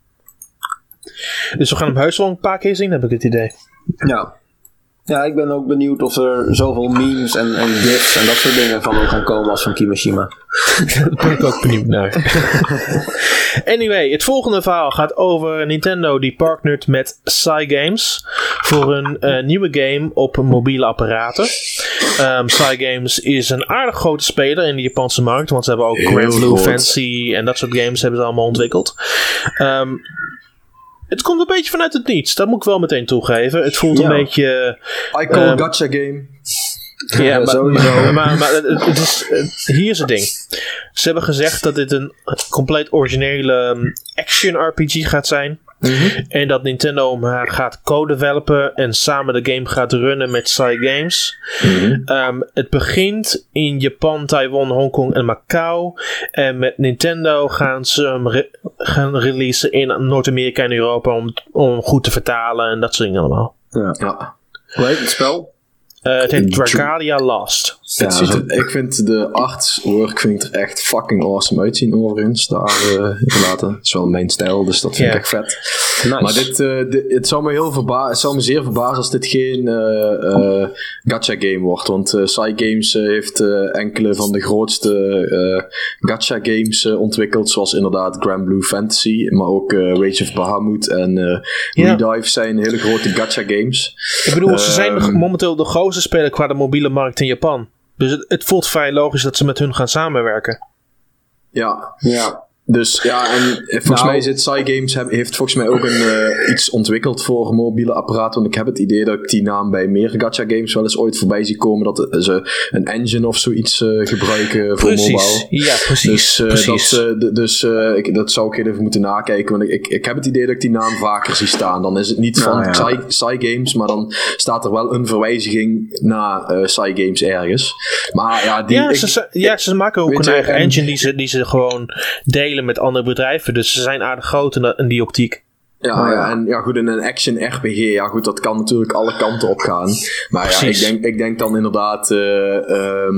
Dus we gaan hem heus wel een paar keer zien, heb ik het idee.
Ja. Ja, ik ben ook benieuwd of er zoveel memes en gifs en dat soort dingen van hem gaan komen als van Kimishima.
Daar ben ik ook benieuwd naar. Anyway, het volgende verhaal gaat over Nintendo die partnert met Cygames voor een nieuwe game op mobiele apparaten. Cygames is een aardig grote speler in de Japanse markt, want ze hebben ook Grand Blue Fantasy en dat soort games hebben ze allemaal ontwikkeld. Het komt een beetje vanuit het niets. Dat moet ik wel meteen toegeven. Het voelt een beetje...
I call gacha game.
Ja, maar het is, hier is het ding. Ze hebben gezegd dat dit een compleet originele action RPG gaat zijn. Mm-hmm. En dat Nintendo gaat co-developen en samen de game gaat runnen met Cygames. Mm-hmm. Het begint in Japan, Taiwan, Hongkong en Macau. En met Nintendo gaan ze hem gaan releasen in Noord-Amerika en Europa om goed te vertalen en dat soort dingen allemaal.
Ja. Hoe heet het spel?
Het heet Dragalia Lost.
Ja, ik vind de artwork er echt fucking awesome uitzien overigens. Daar laten. Het is wel mijn stijl, dus dat vind ik echt vet.
Nice.
Maar het zou me zeer verbazen als dit geen gacha game wordt. Want Cygames heeft enkele van de grootste gacha games ontwikkeld. Zoals inderdaad Grand Blue Fantasy. Maar ook Rage of Bahamut en Redive zijn hele grote gacha games.
Ik bedoel, ze zijn momenteel de grootste speler qua de mobiele markt in Japan. Dus het voelt vrij logisch dat ze met hun gaan samenwerken.
Ja. Dus ja, en volgens mij zit Cygames heeft volgens mij ook iets ontwikkeld voor mobiele apparaten. Want ik heb het idee dat ik die naam bij meer gacha games wel eens ooit voorbij zie komen. Dat ze een engine of zoiets gebruiken voor mobile.
Ja, precies.
Dat zou ik even moeten nakijken. Want ik heb het idee dat ik die naam vaker zie staan. Dan is het niet van Cygames, maar dan staat er wel een verwijziging naar Cygames ergens. Maar ja, ze maken ook een eigen engine die ze gewoon delen met andere bedrijven. Dus ze zijn aardig groot in die optiek. En goed, in een action RPG, dat kan natuurlijk alle kanten op gaan. Maar ik denk dan inderdaad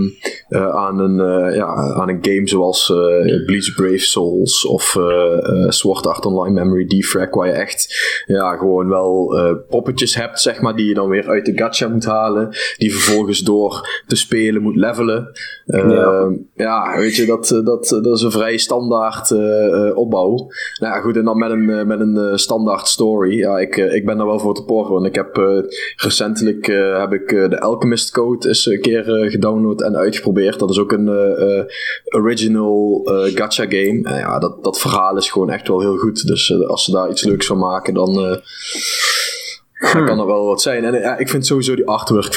aan een game zoals Bleach Brave Souls of Sword Art Online Memory Defrag, waar je echt gewoon wel poppetjes hebt, zeg maar, die je dan weer uit de gacha moet halen, die vervolgens door te spelen moet levelen. Weet je, dat is een vrij standaard opbouw. Nou ja, goed, en dan met een standaard story. Ja, ik ben daar wel voor te porren. Ik heb recentelijk de Alchemist Code eens een keer gedownload en uitgeprobeerd. Dat is ook een original gacha game. Dat verhaal is gewoon echt wel heel goed. Dus als ze daar iets leuks van maken, dan kan er wel wat zijn. En ik vind sowieso die artwork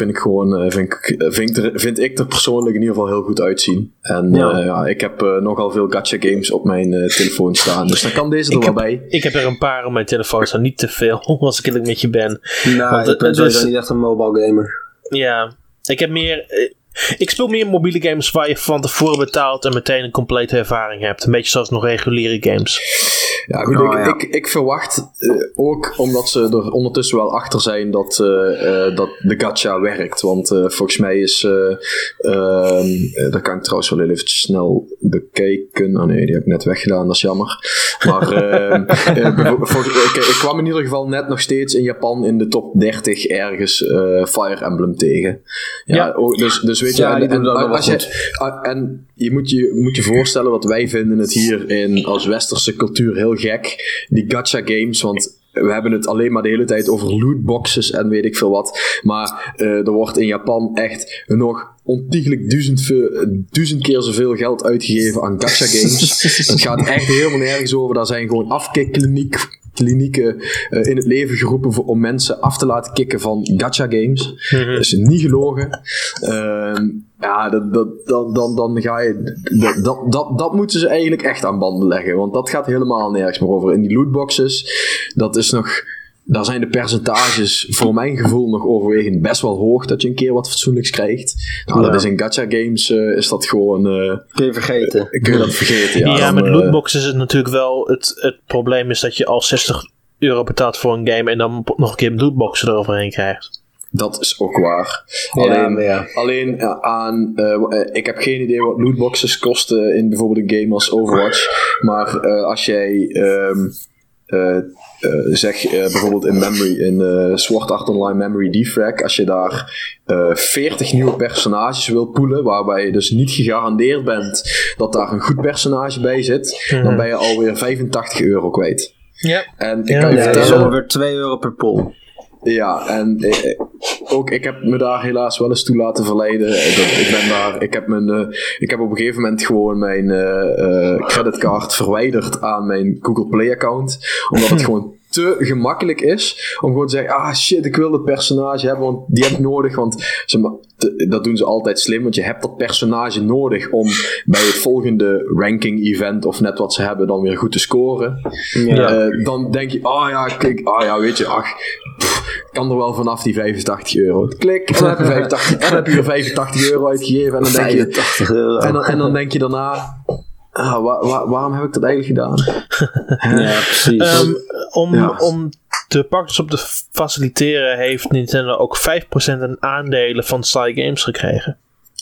vind ik er persoonlijk in ieder geval heel goed uitzien. En ik heb nogal veel gacha games op mijn telefoon staan. Dus dan kan deze er wel bij. Ik
heb er een paar op mijn telefoon staan. Niet te veel, als ik eerlijk met je ben.
Nou, ik ben sowieso niet echt een mobile gamer.
Ja, ik speel meer mobiele games waar je van tevoren betaalt en meteen een complete ervaring hebt. Een beetje zoals nog reguliere games.
Ja, goed, ik verwacht ook, omdat ze er ondertussen wel achter zijn, dat de gacha werkt. Want volgens mij is dat kan ik trouwens wel even snel bekijken. Oh nee, die heb ik net weggedaan, dat is jammer. Maar ik kwam in ieder geval net nog steeds in Japan in de top 30 ergens Fire Emblem tegen. Dus weet je, en je moet je voorstellen, wat wij vinden het hier als westerse cultuur heel gek, die gacha games, want we hebben het alleen maar de hele tijd over lootboxes en weet ik veel wat, maar er wordt in Japan echt nog ontiegelijk 1000 keer zoveel geld uitgegeven aan gacha games. Het gaat echt helemaal nergens over. Daar zijn gewoon afkikklinieken in het leven geroepen om mensen af te laten kicken van gacha games. Dat is niet gelogen. Dan ga je... Dat moeten ze eigenlijk echt aan banden leggen. Want dat gaat helemaal nergens meer over. In die lootboxes, dat is nog... Daar zijn de percentages voor mijn gevoel nog overwegend best wel hoog dat je een keer wat fatsoenlijks krijgt. Nou, dat is in gacha games is dat gewoon...
kun je vergeten.
Kun je dat vergeten,
ja. Met lootboxes is het natuurlijk wel... Het probleem is dat je al €60 betaalt voor een game en dan nog een keer lootboxen eroverheen krijgt.
Dat is ook waar. Ik heb geen idee wat lootboxes kosten in bijvoorbeeld een game als Overwatch. Maar als jij... bijvoorbeeld in Sword Art Online Memory Defrag, als je daar 40 nieuwe personages wil poelen, waarbij je dus niet gegarandeerd bent dat daar een goed personage bij zit, dan ben je alweer €85 kwijt. Ja. En ik kan je vertellen,
dat is ongeveer €2 per pool.
Ja, en ik heb me daar helaas wel eens toe laten verleiden. Ik heb op een gegeven moment gewoon mijn creditcard verwijderd aan mijn Google Play account. Omdat het gewoon te gemakkelijk is om gewoon te zeggen, shit, ik wil dat personage hebben, want die heb ik nodig. Want dat doen ze altijd slim, want je hebt dat personage nodig om bij het volgende ranking event of net wat ze hebben dan weer goed te scoren. Ja. Dan denk je, weet je, kan er wel vanaf die €85. Klik, en dan heb je er €85 uitgegeven en dan denk je, en dan denk je daarna, waarom heb ik dat eigenlijk gedaan?
Ja, precies.
Om de partners op te faciliteren heeft Nintendo ook 5% aan aandelen van Sly Games gekregen.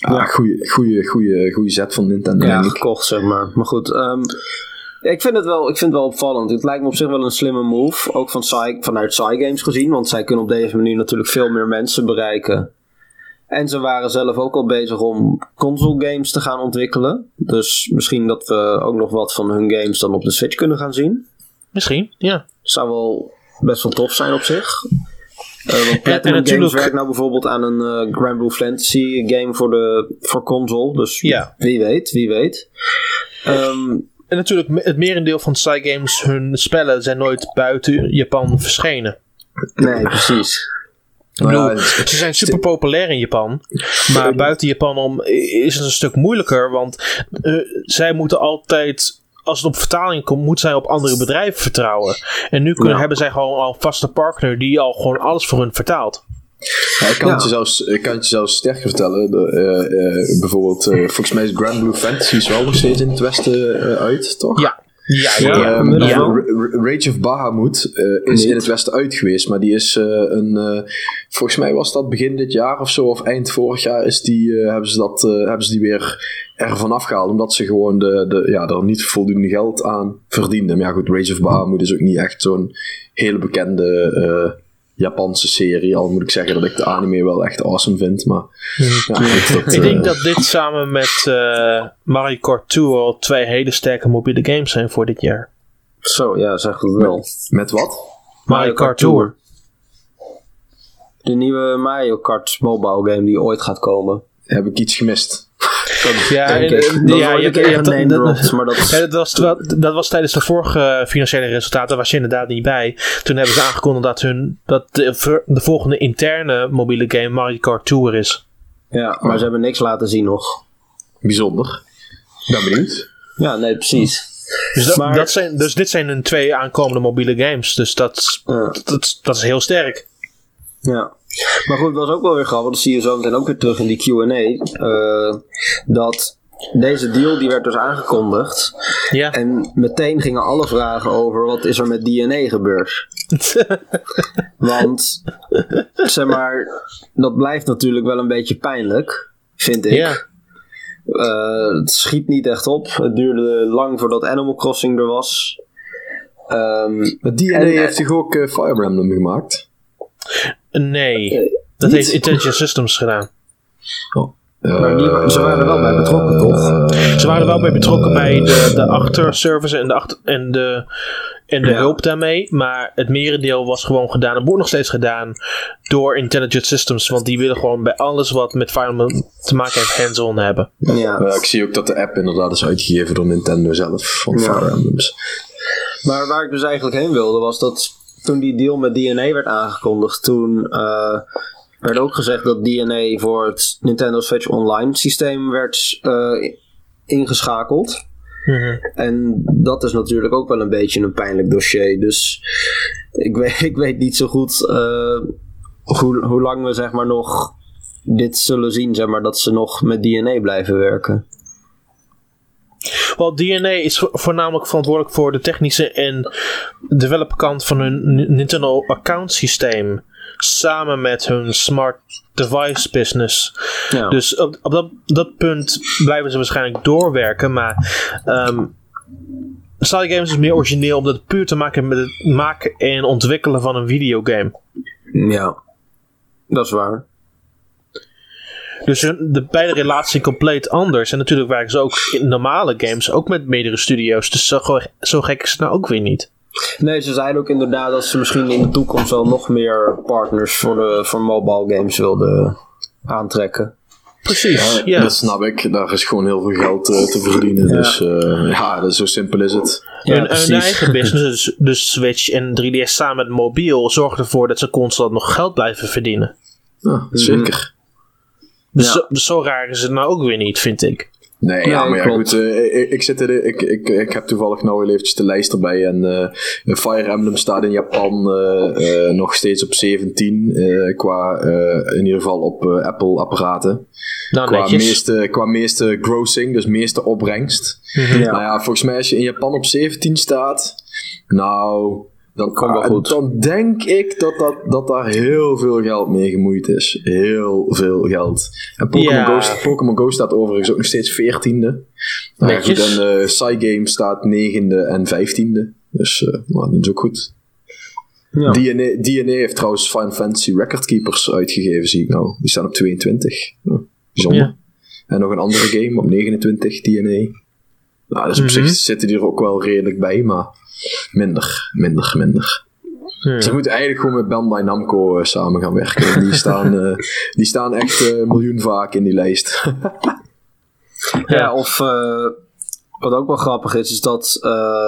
Goeie zet van Nintendo.
Ja, gekocht zeg maar. Maar goed, ik vind het wel opvallend. Het lijkt me op zich wel een slimme move. Ook vanuit Sly Games gezien. Want zij kunnen op deze manier natuurlijk veel meer mensen bereiken. En ze waren zelf ook al bezig om console games te gaan ontwikkelen. Dus misschien dat we ook nog wat van hun games dan op de Switch kunnen gaan zien.
Misschien, ja.
Zou wel best wel tof zijn op zich. Want Platinum Games werkt nou bijvoorbeeld aan een Grand Blue Fantasy game voor console. Dus wie weet.
En natuurlijk, het merendeel van Sly Games, hun spellen zijn nooit buiten Japan verschenen.
Nee, precies.
Ik bedoel, ze zijn super populair in Japan. Maar buiten Japan om is het een stuk moeilijker. Want zij moeten altijd, als het op vertaling komt, moeten zij op andere bedrijven vertrouwen. En nu hebben zij gewoon al een vaste partner die al gewoon alles voor hun vertaalt.
Ja, ik kan het je zelfs sterker vertellen. Bijvoorbeeld, volgens mij is Grand Blue Fantasy wel nog steeds in het westen uit, toch? Rage of Bahamut is in het Westen uit geweest, maar die is volgens mij was dat begin dit jaar of zo, of eind vorig jaar hebben ze die weer ervan afgehaald, omdat ze gewoon er niet voldoende geld aan verdienden. Maar ja goed, Rage of Bahamut is ook niet echt zo'n hele bekende Japanse serie, al moet ik zeggen dat ik de anime wel echt awesome vind, maar
ik denk dat dit samen met Mario Kart Tour al 2 hele sterke mobiele games zijn voor dit jaar.
Zo, ja, zeg het wel.
Met wat?
Mario Kart Tour.
De nieuwe Mario Kart mobile game die ooit gaat komen.
Heb ik iets gemist?
Dat was tijdens de vorige financiële resultaten, daar was je inderdaad niet bij. Toen hebben ze aangekondigd dat de volgende interne mobiele game Mario Kart Tour is.
Ja, maar ze hebben niks laten zien nog.
Bijzonder. Ben benieuwd.
Ja, nee, precies.
Dus dit zijn hun 2 aankomende mobiele games. Dus dat is heel sterk.
Ja. Maar goed, dat was ook wel weer grappig. Dat zie je zo meteen ook weer terug in die Q&A. Dat deze deal die werd dus aangekondigd. Ja. En meteen gingen alle vragen over wat is er met DNA gebeurd. Want, zeg maar, dat blijft natuurlijk wel een beetje pijnlijk, vind ik. Ja. Het schiet niet echt op. Het duurde lang voordat Animal Crossing er was.
Maar DNA heeft toch ook Fire Emblem gemaakt?
Nee, dat heeft Intelligent Systems gedaan.
Maar ze waren er wel bij betrokken, toch?
Ze waren er wel bij betrokken bij de achterservice en de hulp daarmee. Maar het merendeel was gewoon gedaan, en wordt nog steeds gedaan, door Intelligent Systems. Want die willen gewoon bij alles wat met Fire Emblem te maken heeft hands-on hebben.
Ja. Ik zie ook dat de app inderdaad is uitgegeven door Nintendo zelf van Fire Emblems.
Maar waar ik dus eigenlijk heen wilde was dat toen die deal met DNA werd aangekondigd, toen werd ook gezegd dat DNA voor het Nintendo Switch Online systeem werd ingeschakeld. Mm-hmm. En dat is natuurlijk ook wel een beetje een pijnlijk dossier. Dus ik weet niet zo goed hoe lang we zeg maar nog dit zullen zien, zeg maar, dat ze nog met DNA blijven werken.
Wel, DNA is voornamelijk verantwoordelijk voor de technische en developer kant van hun Nintendo account systeem. Samen met hun smart device business. Ja. Dus op dat punt blijven ze waarschijnlijk doorwerken. Maar Side Games is meer origineel omdat het puur te maken heeft met het maken en ontwikkelen van een videogame.
Ja, dat is waar.
Dus de beide relaties zijn compleet anders. En natuurlijk werken ze ook in normale games ook met meerdere studio's. Dus zo gek is het nou ook weer niet.
Nee, ze zeiden ook inderdaad dat ze misschien in de toekomst wel nog meer partners voor mobile games wilden aantrekken.
Precies, ja.
Dat snap ik. Daar is gewoon heel veel geld te verdienen. Ja. Dus zo simpel is het.
Ja, hun eigen business, dus Switch en 3DS samen met mobiel, zorgen ervoor dat ze constant nog geld blijven verdienen.
Ja, zeker.
Dus zo raar is het nou ook weer niet, vind ik.
Nee, ja, maar ja, goed. Ik heb toevallig nou heel eventjes de lijst erbij. En Fire Emblem staat in Japan nog steeds op 17. In ieder geval op Apple-apparaten. Qua meeste grossing, dus meeste opbrengst. Mm-hmm. Ja. Nou ja, volgens mij als je in Japan op 17 staat, nou, dan denk ik dat daar heel veel geld mee gemoeid is. Heel veel geld. En Pokémon Go staat overigens ook nog steeds 14e. Nou, goed, en Cygame staat 9e en 15e. Dus dat is ook goed. Ja. DNA heeft trouwens Final Fantasy Record Keepers uitgegeven, zie ik nou. Die staan op 22. Bijzonder. Ja. En nog een andere game op 29, DNA. Nou, dus op zich zitten die er ook wel redelijk bij, maar minder. Ja. Ze moeten eigenlijk gewoon met Bandai Namco samen gaan werken. Die staan echt miljoen vaak in die lijst.
Ja, of wat ook wel grappig is dat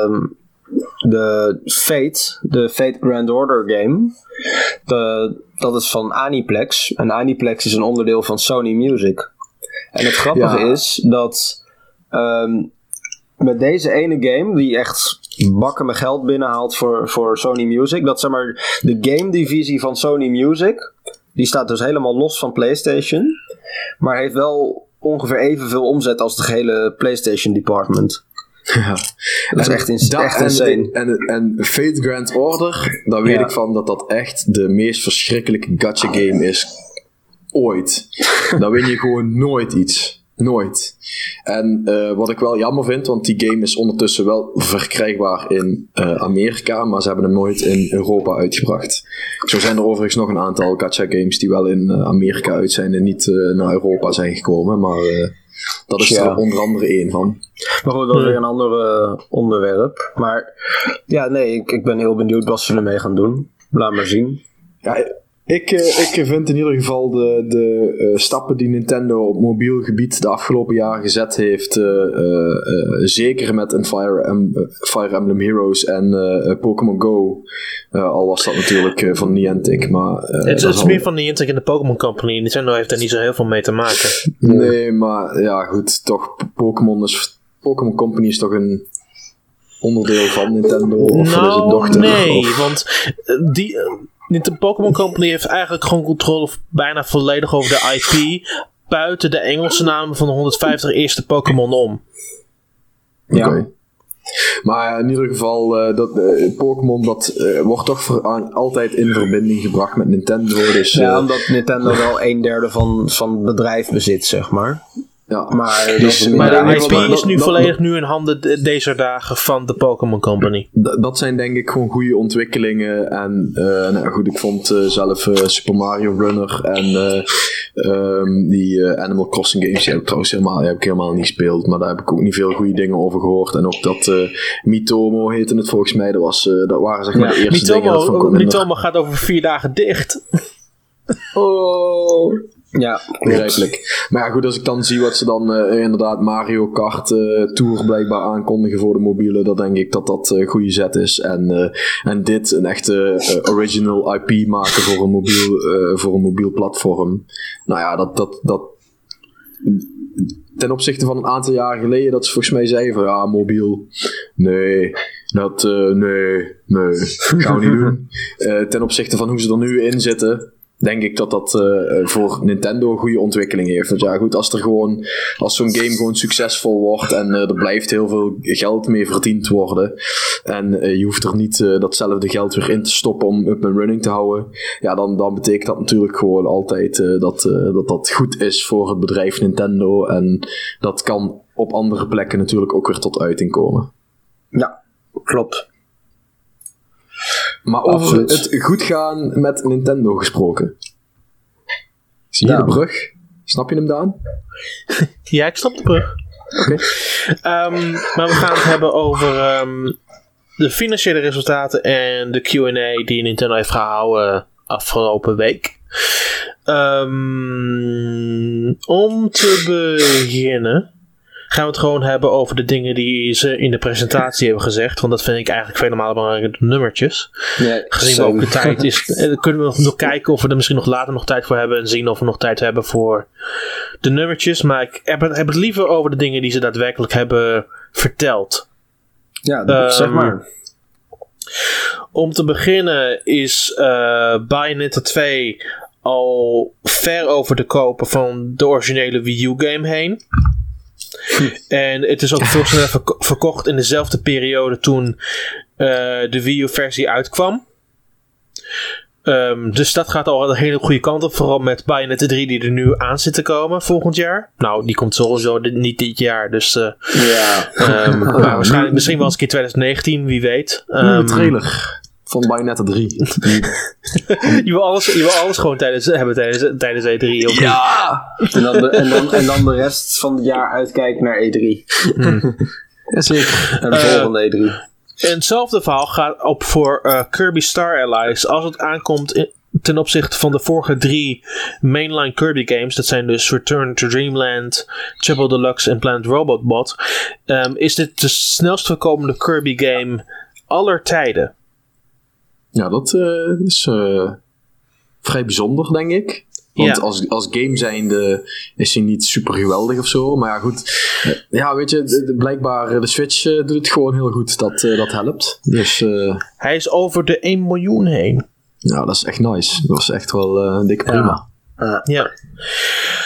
de Fate Grand Order game, dat is van Aniplex. En Aniplex is een onderdeel van Sony Music. En het grappige is dat met deze ene game, die echt bakken met geld binnenhaalt voor Sony Music, dat zeg maar de game divisie van Sony Music, die staat dus helemaal los van PlayStation, maar heeft wel ongeveer evenveel omzet als de gehele PlayStation department.
Ja.
Dat is echt insane.
En Fate Grand Order, daar weet ik van dat echt de meest verschrikkelijke gacha game is ooit. Daar win je gewoon nooit iets. Nooit. En wat ik wel jammer vind, want die game is ondertussen wel verkrijgbaar in Amerika, maar ze hebben hem nooit in Europa uitgebracht. Zo zijn er overigens nog een aantal gacha games die wel in Amerika uit zijn en niet naar Europa zijn gekomen, maar dat is er onder andere één van.
Maar goed, dat is weer een ander onderwerp. Maar ja, nee, ik ben heel benieuwd wat ze ermee gaan doen. Laat maar zien.
Ja, ik vind in ieder geval de stappen die Nintendo op mobiel gebied de afgelopen jaren gezet heeft, zeker met een Fire Emblem Heroes en Pokémon Go, al was dat natuurlijk van Niantic, maar...
het is meer van Niantic en de Pokémon Company. Nintendo heeft daar niet zo heel veel mee te maken.
Nee, maar ja goed, toch, Pokémon Company is toch een onderdeel van Nintendo? Of is het dochter?
Nee, want de Pokémon Company heeft eigenlijk gewoon controle bijna volledig over de IP, buiten de Engelse namen van de 150 eerste Pokémon om.
Ja. Okay. Maar in ieder geval, Pokémon wordt toch altijd in verbinding gebracht met Nintendo. Dus,
omdat Nintendo wel 1/3 van het bedrijf bezit, zeg maar.
Ja.
Maar de IP is nu volledig in handen deze dagen van de Pokémon Company.
Dat zijn denk ik gewoon goede ontwikkelingen. En goed, ik vond zelf Super Mario Runner en die Animal Crossing games, die heb ik trouwens helemaal niet gespeeld. Maar daar heb ik ook niet veel goede dingen over gehoord. En ook dat Miitomo heette het volgens mij. Dat waren zeg maar de eerste dingen.
Miitomo gaat over 4 dagen dicht.
Oh...
Ja,
begrijpelijk. Maar ja, goed, als ik dan zie wat ze dan inderdaad Mario Kart Tour blijkbaar aankondigen voor de mobiele, dan denk ik dat dat een goede zet is. En dit, een echte original IP maken voor een mobiel platform. Nou ja, dat ten opzichte van een aantal jaren geleden, dat ze volgens mij zeiden van, ja, mobiel, nee, gaan we niet doen. Ten opzichte van hoe ze er nu in zitten, denk ik dat voor Nintendo een goede ontwikkeling heeft. Want ja, goed, als zo'n game gewoon succesvol wordt en er blijft heel veel geld mee verdiend worden en je hoeft er niet datzelfde geld weer in te stoppen om up and running te houden, ja, dan betekent dat natuurlijk gewoon altijd dat goed is voor het bedrijf Nintendo en dat kan op andere plekken natuurlijk ook weer tot uiting komen.
Ja, klopt.
Maar over het goed gaan met Nintendo gesproken. Zie je de brug? Snap je hem, Daan?
Ja, ik snap de brug.
Oké.
Maar we gaan het hebben over de financiële resultaten en de Q&A die Nintendo heeft gehouden afgelopen week. Om te beginnen gaan we het gewoon hebben over de dingen die ze in de presentatie hebben gezegd. Want dat vind ik eigenlijk vele malen belangrijker dan nummertjes.
Ja,
gezien we ook de tijd is. Kunnen we nog kijken of we er misschien nog later nog tijd voor hebben. En zien of we nog tijd hebben voor de nummertjes. Maar ik heb het liever over de dingen die ze daadwerkelijk hebben verteld.
Ja, zeg maar.
Om te beginnen is Bayonetta 2 al ver over de kopen van de originele Wii U game heen. En het is ook veel sneller verkocht in dezelfde periode toen de Wii U versie uitkwam. Dus dat gaat al een hele goede kant op. Vooral met Bayonetta 3 die er nu aan zit te komen volgend jaar. Nou, die komt sowieso niet dit jaar. Dus maar waarschijnlijk misschien wel eens een keer 2019, wie weet.
Nieuwe trailer van Bayonetta 3.
Je wil alles gewoon tijdens E3. Of
ja! En dan de rest van het jaar uitkijken naar E3.
Jazeker.
En de volgende E3.
En hetzelfde verhaal gaat op voor Kirby Star Allies. Als het aankomt ten opzichte van de vorige 3 mainline Kirby games. Dat zijn dus Return to Dreamland, Trouble Deluxe en Planet Robot Bot. Is dit de snelst verkomende Kirby game aller tijden.
Ja, dat is vrij bijzonder, denk ik. Want als game zijnde is hij niet super geweldig of zo. Maar ja, goed. Ja, weet je, blijkbaar de Switch doet het gewoon heel goed. Dat helpt. Dus,
hij is over de 1 miljoen heen.
Ja, dat is echt nice. Dat is echt wel dik prima.
Ja.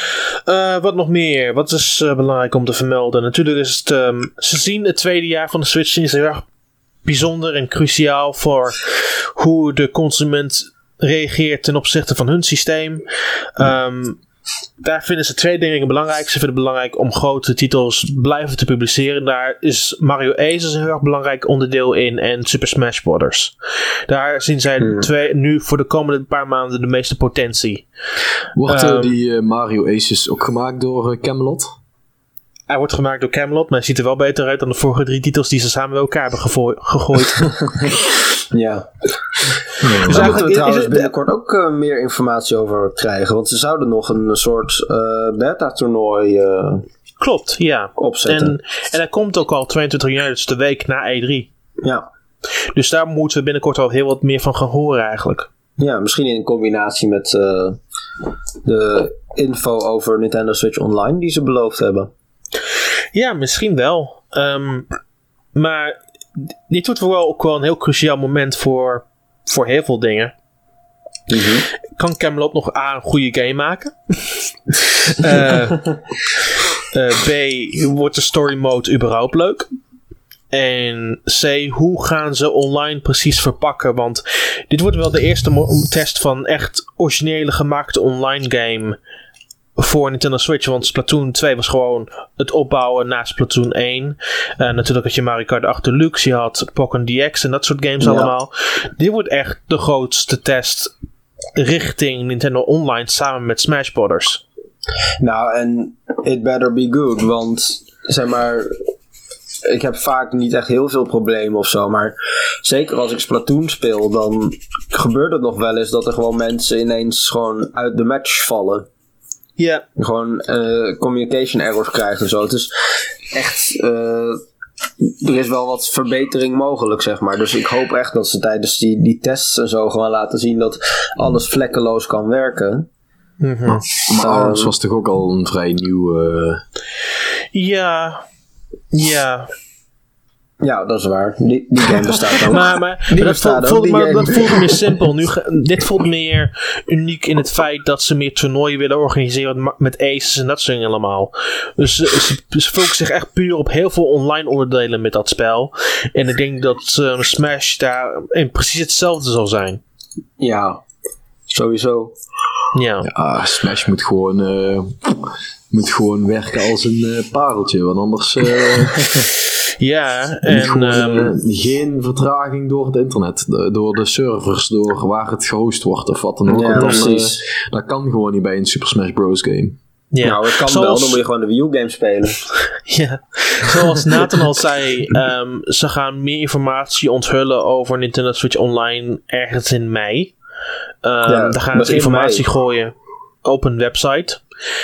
Wat nog meer? Wat is belangrijk om te vermelden? Natuurlijk is het... ze zien het tweede jaar van de Switch is heel erg bijzonder en cruciaal voor hoe de consument reageert ten opzichte van hun systeem. Daar vinden ze 2 dingen belangrijk. Ze vinden het belangrijk om grote titels blijven te publiceren. Daar is Mario Aces een heel erg belangrijk onderdeel in. En Super Smash Bros. Daar zien zij nu voor de komende paar maanden de meeste potentie.
Wordt die Mario Aces ook gemaakt door Camelot?
Hij wordt gemaakt door Camelot, maar hij ziet er wel beter uit dan de vorige 3 titels die ze samen bij elkaar hebben gegooid.
Ja. Dus daar moeten we trouwens binnenkort ook meer informatie over krijgen. Want ze zouden nog een soort beta-toernooi
klopt, ja.
opzetten.
En hij komt ook al 22 januari, dus de week na E3.
Ja.
Dus daar moeten we binnenkort al heel wat meer van gaan horen eigenlijk.
Ja, misschien in combinatie met de info over Nintendo Switch Online die ze beloofd hebben.
Ja, misschien wel. Maar dit wordt ook wel een heel cruciaal moment voor heel veel dingen. Mm-hmm. Kan Camelot nog A, een goede game maken? B, wordt de story mode überhaupt leuk? En C, hoe gaan ze online precies verpakken? Want dit wordt wel de eerste test van echt originele gemaakte online game voor Nintendo Switch, want Splatoon 2 was gewoon het opbouwen na Splatoon 1. Natuurlijk had je Mario Kart 8 Deluxe, je had Pokémon DX en dat soort games allemaal. Dit wordt echt de grootste test richting Nintendo Online samen met Smash Bros.
Nou, en it better be good, want zeg maar, ik heb vaak niet echt heel veel problemen of zo, maar zeker als ik Splatoon speel, dan gebeurt het nog wel eens dat er gewoon mensen ineens gewoon uit de match vallen.
Ja.
Gewoon communication errors krijgen en zo. Het is echt... er is wel wat verbetering mogelijk, zeg maar. Dus ik hoop echt dat ze tijdens die tests en zo gewoon laten zien dat alles vlekkeloos kan werken.
Mm-hmm.
Maar ARMS was toch ook al een vrij nieuw...
Ja.
Ja, dat is waar. Die game bestaat ook.
maar dat voelt meer simpel. Dit voelt meer uniek in het feit dat ze meer toernooien willen organiseren met aces en dat soort dingen allemaal. Dus ze focussen zich echt puur op heel veel online onderdelen met dat spel. En ik denk dat Smash daar precies hetzelfde zal zijn.
Ja, sowieso.
Ja,
Smash moet gewoon werken als een pareltje, want anders...
Ja, en
geen vertraging door het internet, door de servers, door waar het gehost wordt of wat dan ook.
Ja,
dat kan gewoon niet bij een Super Smash Bros. Game.
Ja.
Nou, het kan wel, dan moet je gewoon de Wii U game spelen.
Ja, zoals Nathan al zei, ze gaan meer informatie onthullen over Nintendo Switch Online ergens in mei. Daar gaan ze informatie gooien op een website.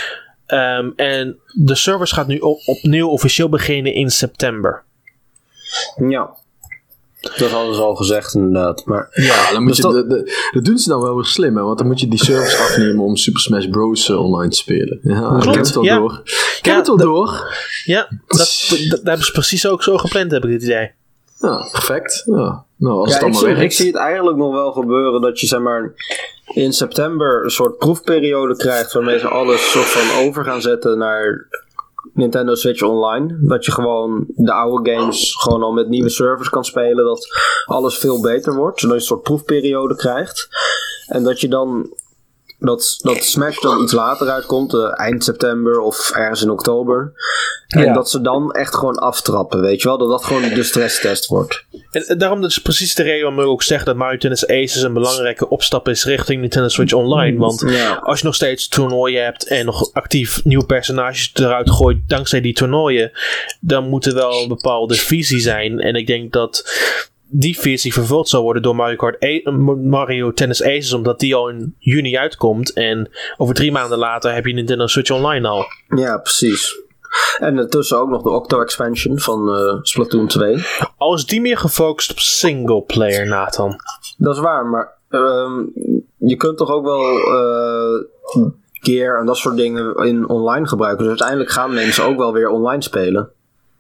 En de servers gaat nu opnieuw officieel beginnen in september.
Ja, dat hadden ze al gezegd inderdaad. Maar
ja, dan moet dat doen ze dan wel weer slim, hè? Want dan moet je die servers afnemen om Super Smash Bros. Online te spelen. Ja, ik heb het al door. Ik heb het al door.
Ja, dat hebben ze precies ook zo gepland, heb ik het idee.
Ja, perfect. Ja. Nou, als het allemaal werkt.
Ik zie het eigenlijk nog wel gebeuren dat je zeg maar in september een soort proefperiode krijgt waarmee ze alles soort van over gaan zetten naar Nintendo Switch Online. Dat je gewoon de oude games gewoon al met nieuwe servers kan spelen. Dat alles veel beter wordt. Zodat je een soort proefperiode krijgt. En dat je dan dat Smash dan iets later uitkomt, eind september of ergens in oktober. En dat ze dan echt gewoon aftrappen, weet je wel? Dat gewoon de stresstest wordt.
En daarom is precies de reden waarom ik ook zeg dat Mario Tennis Aces een belangrijke opstap is richting Nintendo Switch Online. Want als je nog steeds toernooien hebt en nog actief nieuwe personages eruit gooit dankzij die toernooien, dan moet er wel een bepaalde visie zijn. En ik denk dat die visie vervuld zal worden door Mario Tennis Aces, omdat die al in juni uitkomt. En over 3 maanden later heb je Nintendo Switch Online al.
Ja, precies. En ertussen ook nog de Octo Expansion van Splatoon 2.
Al is die meer gefocust op single player, Nathan.
Dat is waar, maar je kunt toch ook wel gear en dat soort dingen in online gebruiken. Dus uiteindelijk gaan mensen ook wel weer online spelen.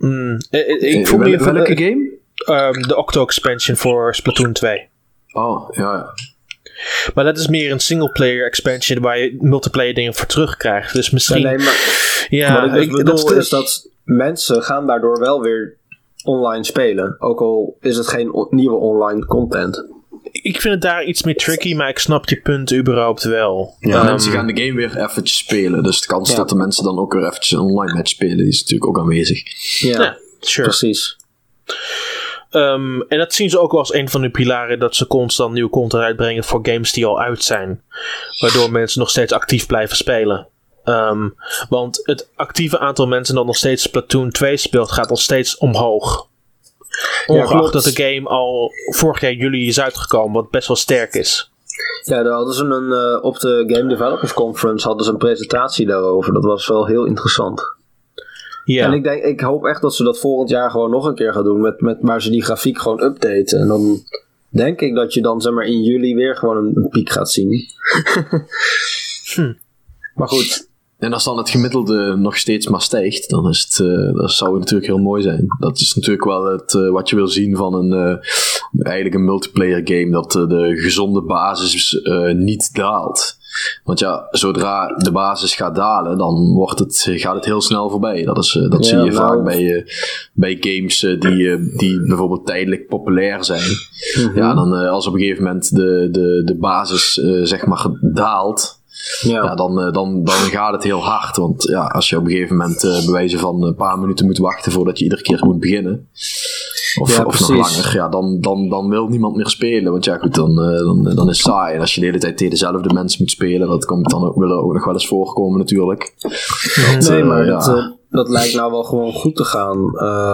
Ik voel me
welke game?
De Octo Expansion voor Splatoon 2.
Oh, ja.
Maar dat is meer een singleplayer expansion waar je multiplayer dingen voor terugkrijgt. Dus misschien...
Nee, maar wat ik bedoel is dat mensen gaan daardoor wel weer online spelen. Ook al is het geen nieuwe online content.
Ik vind het daar iets meer tricky, maar ik snap je punt überhaupt wel.
Ja, mensen gaan de game weer eventjes spelen. Dus de kans dat de mensen dan ook weer eventjes een online match spelen, die is natuurlijk ook aanwezig.
Ja, sure. Precies.
En dat zien ze ook wel als een van de pilaren, dat ze constant nieuwe content uitbrengen voor games die al uit zijn. Waardoor mensen nog steeds actief blijven spelen. Want het actieve aantal mensen dat nog steeds Splatoon 2 speelt, gaat nog steeds omhoog. Ongeacht dat de game al vorig jaar juli is uitgekomen, wat best wel sterk is.
Ja, daar hadden ze op de Game Developers Conference hadden ze een presentatie daarover. Dat was wel heel interessant. Ja. En ik hoop echt dat ze dat volgend jaar gewoon nog een keer gaan doen. Met waar ze die grafiek gewoon updaten. En dan denk ik dat je dan zeg maar in juli weer gewoon een piek gaat zien. Maar goed.
En als dan het gemiddelde nog steeds maar stijgt, dan is het, dat zou natuurlijk heel mooi zijn. Dat is natuurlijk wel het, wat je wil zien van eigenlijk een multiplayer game. Dat de gezonde basis niet daalt. Want ja, zodra de basis gaat dalen, dan gaat het heel snel voorbij. Dat zie je vaak bij games die bijvoorbeeld tijdelijk populair zijn. Mm-hmm. Ja, dan als op een gegeven moment de basis zeg maar daalt, dan gaat het heel hard. Want ja, als je op een gegeven moment bij wijze van een paar minuten moet wachten voordat je iedere keer moet beginnen, of nog langer, ja, dan wil niemand meer spelen. Want ja, goed, dan is het saai. En als je de hele tijd tegen dezelfde mensen moet spelen, wil er ook nog wel eens voorkomen natuurlijk.
Nee, maar dat lijkt nou wel gewoon goed te gaan.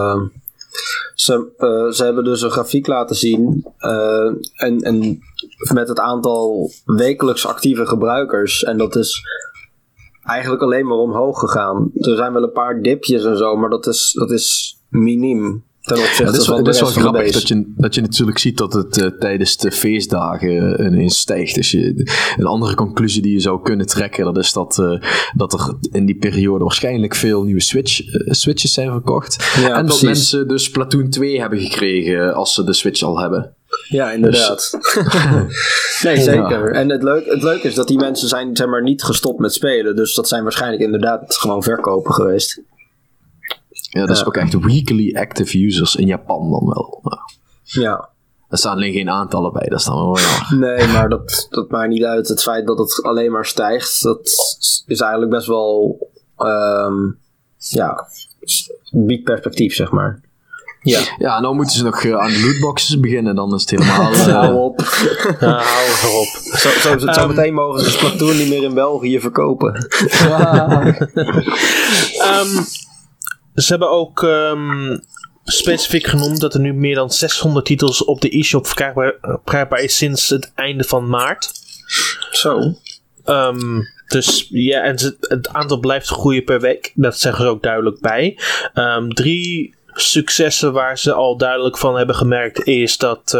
Ze hebben dus een grafiek laten zien en met het aantal wekelijks actieve gebruikers. En dat is eigenlijk alleen maar omhoog gegaan. Er zijn wel een paar dipjes en zo, maar dat is miniem.
Het is wel grappig dat je natuurlijk ziet dat het tijdens de feestdagen ineens stijgt. Dus een andere conclusie die je zou kunnen trekken, dat is dat er in die periode waarschijnlijk veel nieuwe Switches zijn verkocht. Ja, en precies. Dat mensen dus Splatoon 2 hebben gekregen als ze de Switch al hebben.
Ja, inderdaad. Dus, nee, zeker. Ja. En het leuke is dat die mensen zijn zeg maar niet gestopt met spelen. Dus dat zijn waarschijnlijk inderdaad gewoon verkopen geweest.
Ja, dat is ook echt weekly active users in Japan dan wel.
Ja.
Er staan alleen geen aantallen bij, dat is dan wel jammer.
Nee, maar dat maakt niet uit. Het feit dat het alleen maar stijgt, dat is eigenlijk best wel biedt perspectief, zeg maar.
Ja, nou moeten ze nog aan de lootboxes beginnen, dan is het helemaal...
Hou op. Hou erop. Zo meteen mogen ze Splatoon niet meer in België verkopen.
Ze hebben ook specifiek genoemd dat er nu meer dan 600 titels op de e-shop verkrijgbaar is sinds het einde van maart.
Zo.
Dus ja, en het aantal blijft groeien per week. Dat zeggen ze ook duidelijk bij. 3 successen waar ze al duidelijk van hebben gemerkt is dat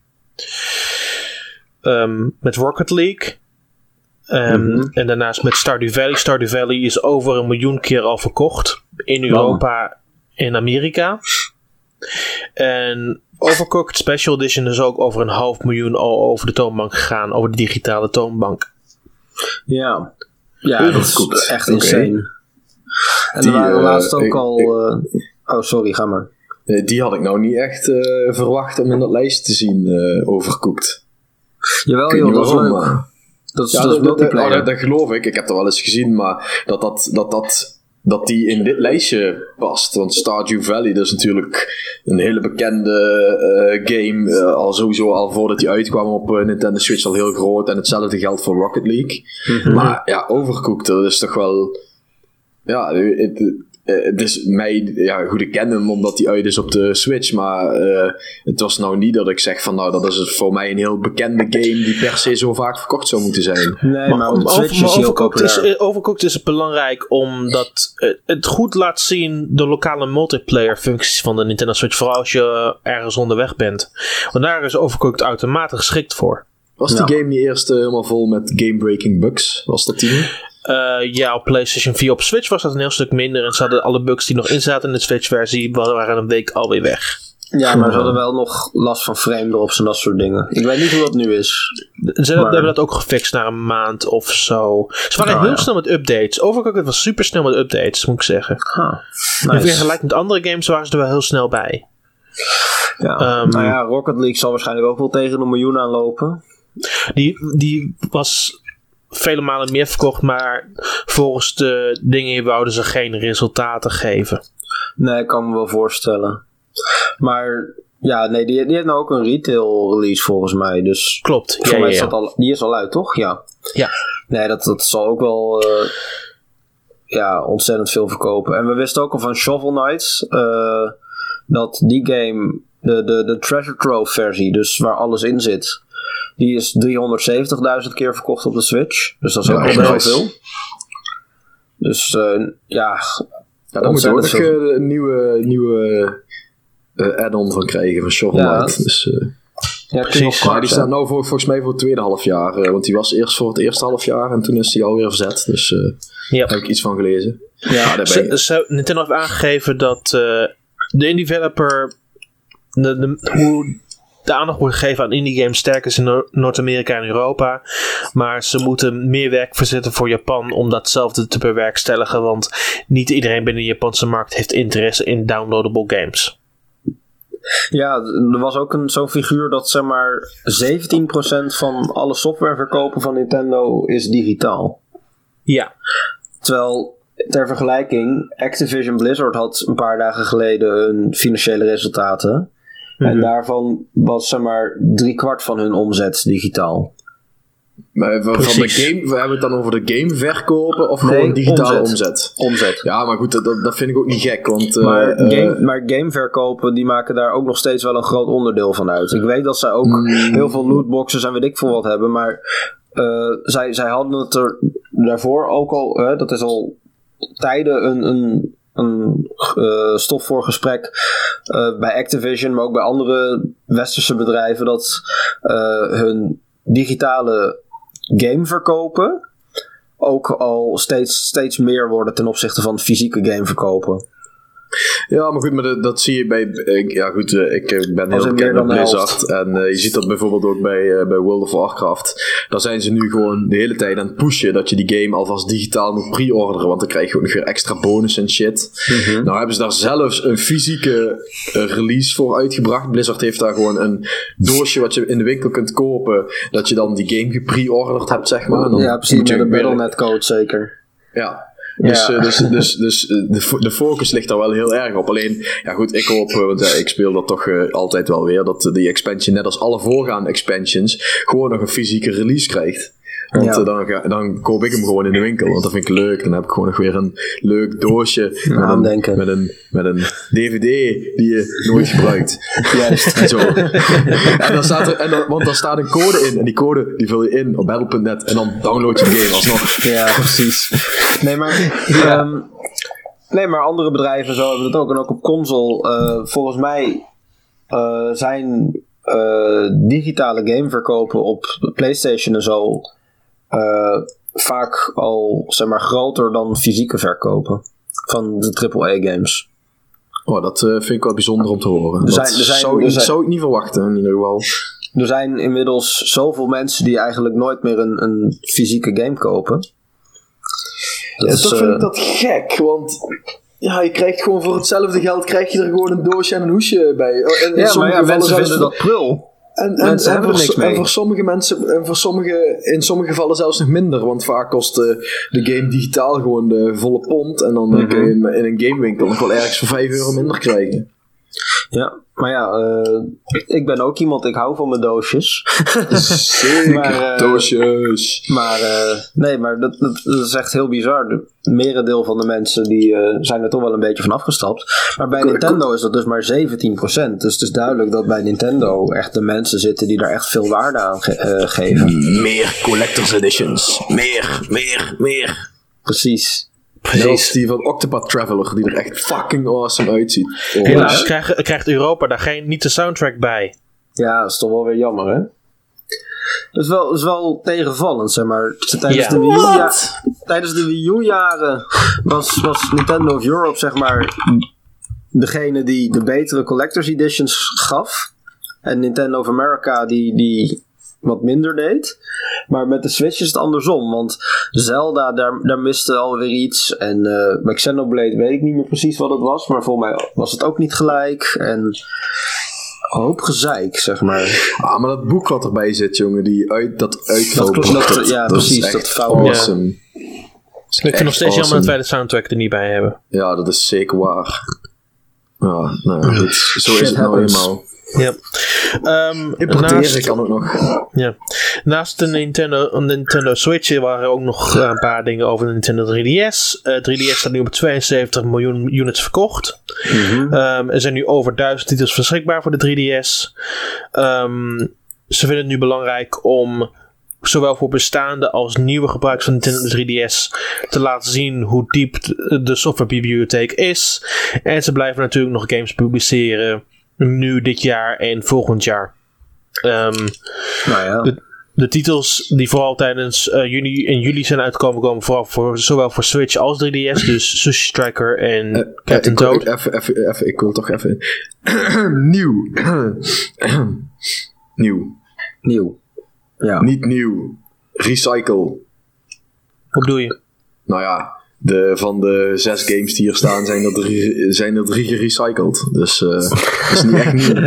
met Rocket League... En daarnaast met Stardew Valley. Stardew Valley is over 1 miljoen keer al verkocht. In Europa en Amerika. En Overcooked Special Edition is ook over 500.000 al over de toonbank gegaan. Over de digitale toonbank.
Ja, dat is echt insane. En er waren laatst ook al... oh, sorry, ga maar.
Die had ik nou niet echt verwacht om in dat lijst te zien, Overcooked.
Jawel joh, dat is leuk. Dat is multiplayer.
Dat geloof ik. Ik heb dat wel eens gezien, maar dat die in dit lijstje past. Want Stardew Valley, dat is natuurlijk een hele bekende game. Al voordat die uitkwam op Nintendo Switch al heel groot. En hetzelfde geldt voor Rocket League. Mm-hmm. Maar ja, Overcooked, dat is toch wel... Ja, dus goed, ik ken hem omdat hij uit is op de Switch, maar het was nou niet dat ik zeg van nou, dat is voor mij een heel bekende game die per se zo vaak verkocht zou moeten zijn.
Nee, maar op de Switch is heel populair.
Overcooked is belangrijk omdat het goed laat zien de lokale multiplayer functies van de Nintendo Switch, vooral als je ergens onderweg bent. Want daar is Overcooked uitermate geschikt voor.
Was die game niet eerst helemaal vol met game-breaking bugs? Was dat die?
Ja, op PlayStation 4. Op Switch was dat een heel stuk minder. En ze hadden alle bugs die nog in zaten in de Switch-versie waren een week alweer weg.
Ja, maar ze hadden wel nog last van frame drops en dat soort dingen. Ik weet niet hoe dat nu is.
Ze hebben dat ook gefixt na een maand of zo. Ze waren heel snel met updates. Overigens, het was super snel met updates, moet ik zeggen.
Nice.
In vergelijking met andere games waren ze er wel heel snel bij.
Ja, Rocket League zal waarschijnlijk ook wel tegen 1 miljoen aanlopen.
Die was vele malen meer verkocht, maar volgens de dingen wouden ze geen resultaten geven.
Nee, ik kan me wel voorstellen. Maar ja, nee, die heeft nou ook een retail release volgens mij. Dus
klopt.
Voor mij is dat al, die is al uit, toch? Ja. Nee, dat zal ook wel ontzettend veel verkopen. En we wisten ook al van Shovel Knight dat die game, de Treasure Trove versie, dus waar alles in zit, die is 370.000 keer verkocht op de Switch. Dus dat is ook wel heel veel. Dus
dan moet je ook nog een nieuwe add-on van krijgen van Shovel Knight. Dus,
precies.
Die staat nou volgens mij voor het tweede halfjaar. Want die was eerst voor het eerste halfjaar en toen is die alweer verzet. Dus daar heb ik iets van gelezen.
Nintendo heeft aangegeven dat de indie developer hoe de aandacht wordt gegeven aan indie games sterk is in Noord-Amerika en Europa. Maar ze moeten meer werk verzetten voor Japan om datzelfde te bewerkstelligen. Want niet iedereen binnen de Japanse markt heeft interesse in downloadable games.
Ja, er was ook zo'n figuur dat zeg maar 17% van alle softwareverkopen van Nintendo is digitaal.
Ja.
Terwijl, ter vergelijking, Activision Blizzard had een paar dagen geleden hun financiële resultaten. En daarvan was zeg maar 3/4 van hun omzet digitaal.
Maar van de game, we hebben het dan over de game verkopen of gewoon digitale omzet? Ja, maar goed, dat vind ik ook niet gek. Want,
maar game verkopen, die maken daar ook nog steeds wel een groot onderdeel van uit. Ik weet dat zij ook heel veel lootboxes en weet ik veel wat hebben, maar zij hadden het er daarvoor ook al, dat is al tijden een stof voor gesprek bij Activision, maar ook bij andere westerse bedrijven, dat hun digitale gameverkopen ook al steeds meer worden ten opzichte van fysieke gameverkopen.
Ja, maar goed, maar dat zie je bij... ik ben heel bekend met Blizzard. En je ziet dat bijvoorbeeld ook bij World of Warcraft. Daar zijn ze nu gewoon de hele tijd aan het pushen dat je die game alvast digitaal moet pre-orderen. Want dan krijg je ook nog weer extra bonus en shit. Nou hebben ze daar zelfs een fysieke release voor uitgebracht. Blizzard heeft daar gewoon een doosje wat je in de winkel kunt kopen. Dat je dan die game gepre-orderd hebt, zeg maar. En dan
precies, met de Battle.net code zeker.
Ja. Dus de focus ligt daar wel heel erg op. Alleen, ja goed, ik hoop, want ik speel dat toch altijd wel weer, dat die expansion, net als alle voorgaande expansions, gewoon nog een fysieke release krijgt. Want dan koop ik hem gewoon in de winkel, want dat vind ik leuk. Dan heb ik gewoon nog weer een leuk doosje met een DVD die je nooit gebruikt.
Juist.
En zo. En dan staat want dan staat een code in, en die code die vul je in op Battle.net en dan download je de game alsnog.
Ja, precies. Nee, maar andere bedrijven zo hebben dat ook. En ook op console. Volgens mij zijn digitale gameverkopen op PlayStation en zo vaak al, zeg maar, groter dan fysieke verkopen van de AAA-games.
Oh, dat vind ik wel bijzonder om te horen. Dat zou ik niet verwachten in ieder geval.
Er zijn inmiddels zoveel mensen die eigenlijk nooit meer een fysieke game kopen.
Toch vind ik dat gek, want ja, je krijgt gewoon voor hetzelfde geld krijg je er gewoon een doosje en een hoesje bij. En
mensen vinden dat prul.
En voor sommige mensen, en in sommige gevallen zelfs nog minder, want vaak kost de game digitaal gewoon de volle pond en dan kun je in een gamewinkel nog wel ergens voor €5 minder krijgen.
Ja, maar ik ben ook iemand, ik hou van mijn doosjes.
Zeker, doosjes.
Maar dat is echt heel bizar. Het merendeel van de mensen die zijn er toch wel een beetje van afgestapt. Maar bij Nintendo is dat dus maar 17%. Dus het is duidelijk dat bij Nintendo echt de mensen zitten die daar echt veel waarde aan geven.
Meer collector's editions. Meer.
Precies.
Zelfs die van Octopath Traveler, die er echt fucking awesome uitziet.
Helaas krijgt Europa daar niet de soundtrack bij.
Ja, dat is toch wel weer jammer, hè? Dat is wel tegenvallend, zeg maar. Tijdens de Wii U-jaren was Nintendo of Europe, zeg maar, degene die de betere Collector's Editions gaf. En Nintendo of America die wat minder deed. Maar met de Switch is het andersom. Want Zelda, daar miste alweer iets. En bij Xenoblade weet ik niet meer precies wat het was. Maar volgens mij was het ook niet gelijk. En een hoop gezeik, zeg maar.
Maar dat boek wat erbij zit, jongen. Dat
precies. Dat fout.
Awesome.
Ja. Ik vind nog steeds jammer dat wij de soundtrack er niet bij hebben.
Ja, dat is zeker waar. Ja, nou goed. Zo is het nou eenmaal.
Ja.
Importeren kan ook nog.
Ja. Naast de Nintendo Switch waren er ook nog een paar dingen over de Nintendo 3DS. 3DS staat nu op 72 miljoen units verkocht. Mm-hmm. Er zijn nu over 1000 titels beschikbaar voor de 3DS. Ze vinden het nu belangrijk om zowel voor bestaande als nieuwe gebruikers van Nintendo 3DS te laten zien hoe diep de softwarebibliotheek is. En ze blijven natuurlijk nog games publiceren. Nu dit jaar en volgend jaar. De titels die vooral tijdens juli zijn uitgekomen, komen vooral zowel voor Switch als 3DS. Dus Sushi Striker en Captain Toad.
Ik wil toch even... Nieuw.
Nieuw. Ja.
Niet nieuw. Recycle.
Hoe bedoel je?
Nou ja, van de 6 games die hier staan zijn er 3 gerecycled. Dus dat is niet echt nieuw.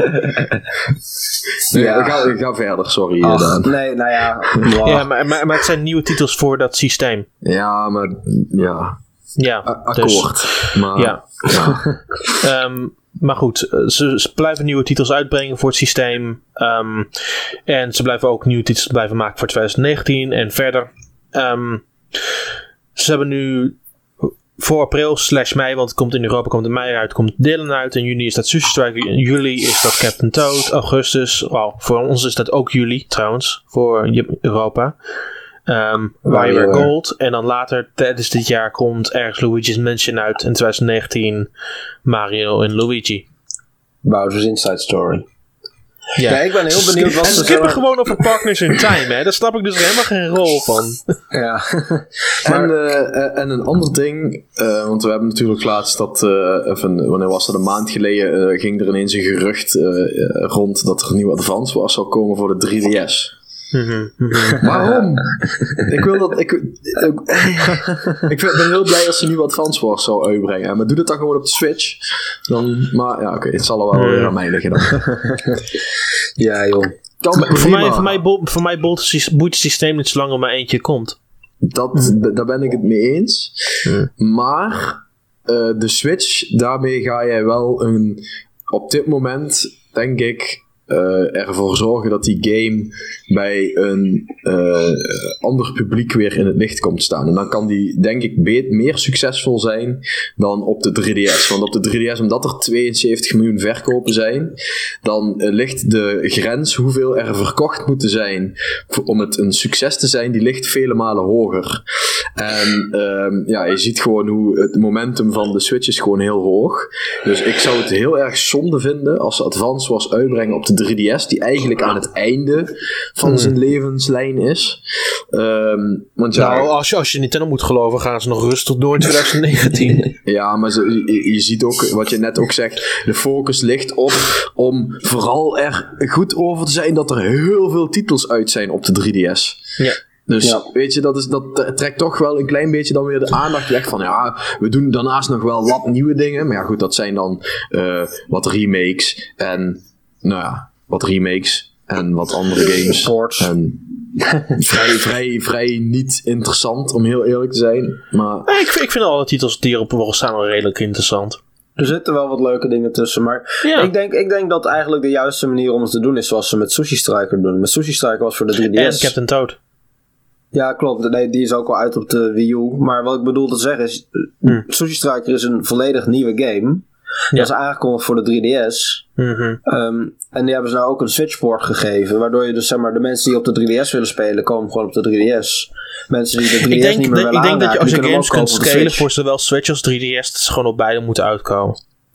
Ik ga verder, sorry.
Nee, nou ja.
Wow. Ja, maar het zijn nieuwe titels voor dat systeem.
Ja, maar ja.
Ja,
akkoord.
Dus,
maar,
ja. Maar goed, ze blijven nieuwe titels uitbrengen voor het systeem. En ze blijven ook nieuwe titels blijven maken voor 2019 en verder. Ze hebben nu voor april/mei, want het komt in Europa, komt in mei uit, komt Dylan uit. In juni is dat Sushi Striker. In juli is dat Captain Toad. Augustus, voor ons is dat ook juli trouwens, voor Europa. WarioWare Gold. En dan later, tijdens dit jaar, komt ergens Luigi's Mansion uit. In 2019 Mario en Luigi.
Bowser's Inside Story.
Ja.
Ja, ik ben heel benieuwd wat
ze skippen gewoon over Partners in Time, hè. Daar snap ik dus helemaal geen rol van.
Ja.
En een ander ding, want we hebben natuurlijk laatst dat, wanneer was dat, een maand geleden, ging er ineens een gerucht rond dat er een nieuwe Advance Wars zou komen voor de 3DS. Waarom? Ik ben heel blij als ze nu Advance Wars zou uitbrengen. Maar doe dat dan gewoon op de Switch. Maar ja, oké, het zal er wel weer aan mij liggen dan.
Ja, joh.
Voor mij boeit het systeem niet zolang er maar eentje komt.
Daar ben ik het mee eens. Maar de Switch, daarmee ga jij wel op dit moment, denk ik, ervoor zorgen dat die game bij een ander publiek weer in het licht komt staan. En dan kan die, denk ik, meer succesvol zijn dan op de 3DS. Want op de 3DS, omdat er 72 miljoen verkopen zijn, dan ligt de grens hoeveel er verkocht moeten zijn om het een succes te zijn, die ligt vele malen hoger. En je ziet gewoon hoe het momentum van de Switch is gewoon heel hoog. Dus ik zou het heel erg zonde vinden als ze Advance Wars uitbrengen op de 3DS, die eigenlijk aan het einde van zijn levenslijn is. Want ja,
als je Nintendo moet geloven, gaan ze nog rustig door in 2019.
Ja, maar je ziet ook, wat je net ook zegt, de focus ligt op om vooral er goed over te zijn dat er heel veel titels uit zijn op de 3DS.
Ja.
Dus weet je, dat trekt toch wel een klein beetje dan weer de aandacht weg van we doen daarnaast nog wel wat nieuwe dingen. Maar ja goed, dat zijn dan wat remakes en wat andere games. En vrij niet interessant, om heel eerlijk te zijn. Maar
ik vind alle titels die erop worden staan wel redelijk interessant.
Er zitten wel wat leuke dingen tussen, maar ik denk dat eigenlijk de juiste manier om het te doen is zoals ze met Sushi Striker doen. Met Sushi Striker was voor de 3DS.
En Captain Toad.
Ja, klopt. Nee, die is ook al uit op de Wii U. Maar wat ik bedoel te zeggen is, Sushi Striker is een volledig nieuwe game. Dat is aangekondigd voor de 3DS. En die hebben ze nou ook een Switch-port gegeven. Waardoor je dus, zeg maar, de mensen die op de 3DS willen spelen, komen gewoon op de 3DS. Mensen die de 3DS niet meer willen aanraken,
ik denk dat je als je games kunt scalen voor zowel Switch als 3DS, dat ze gewoon op beide moeten uitkomen.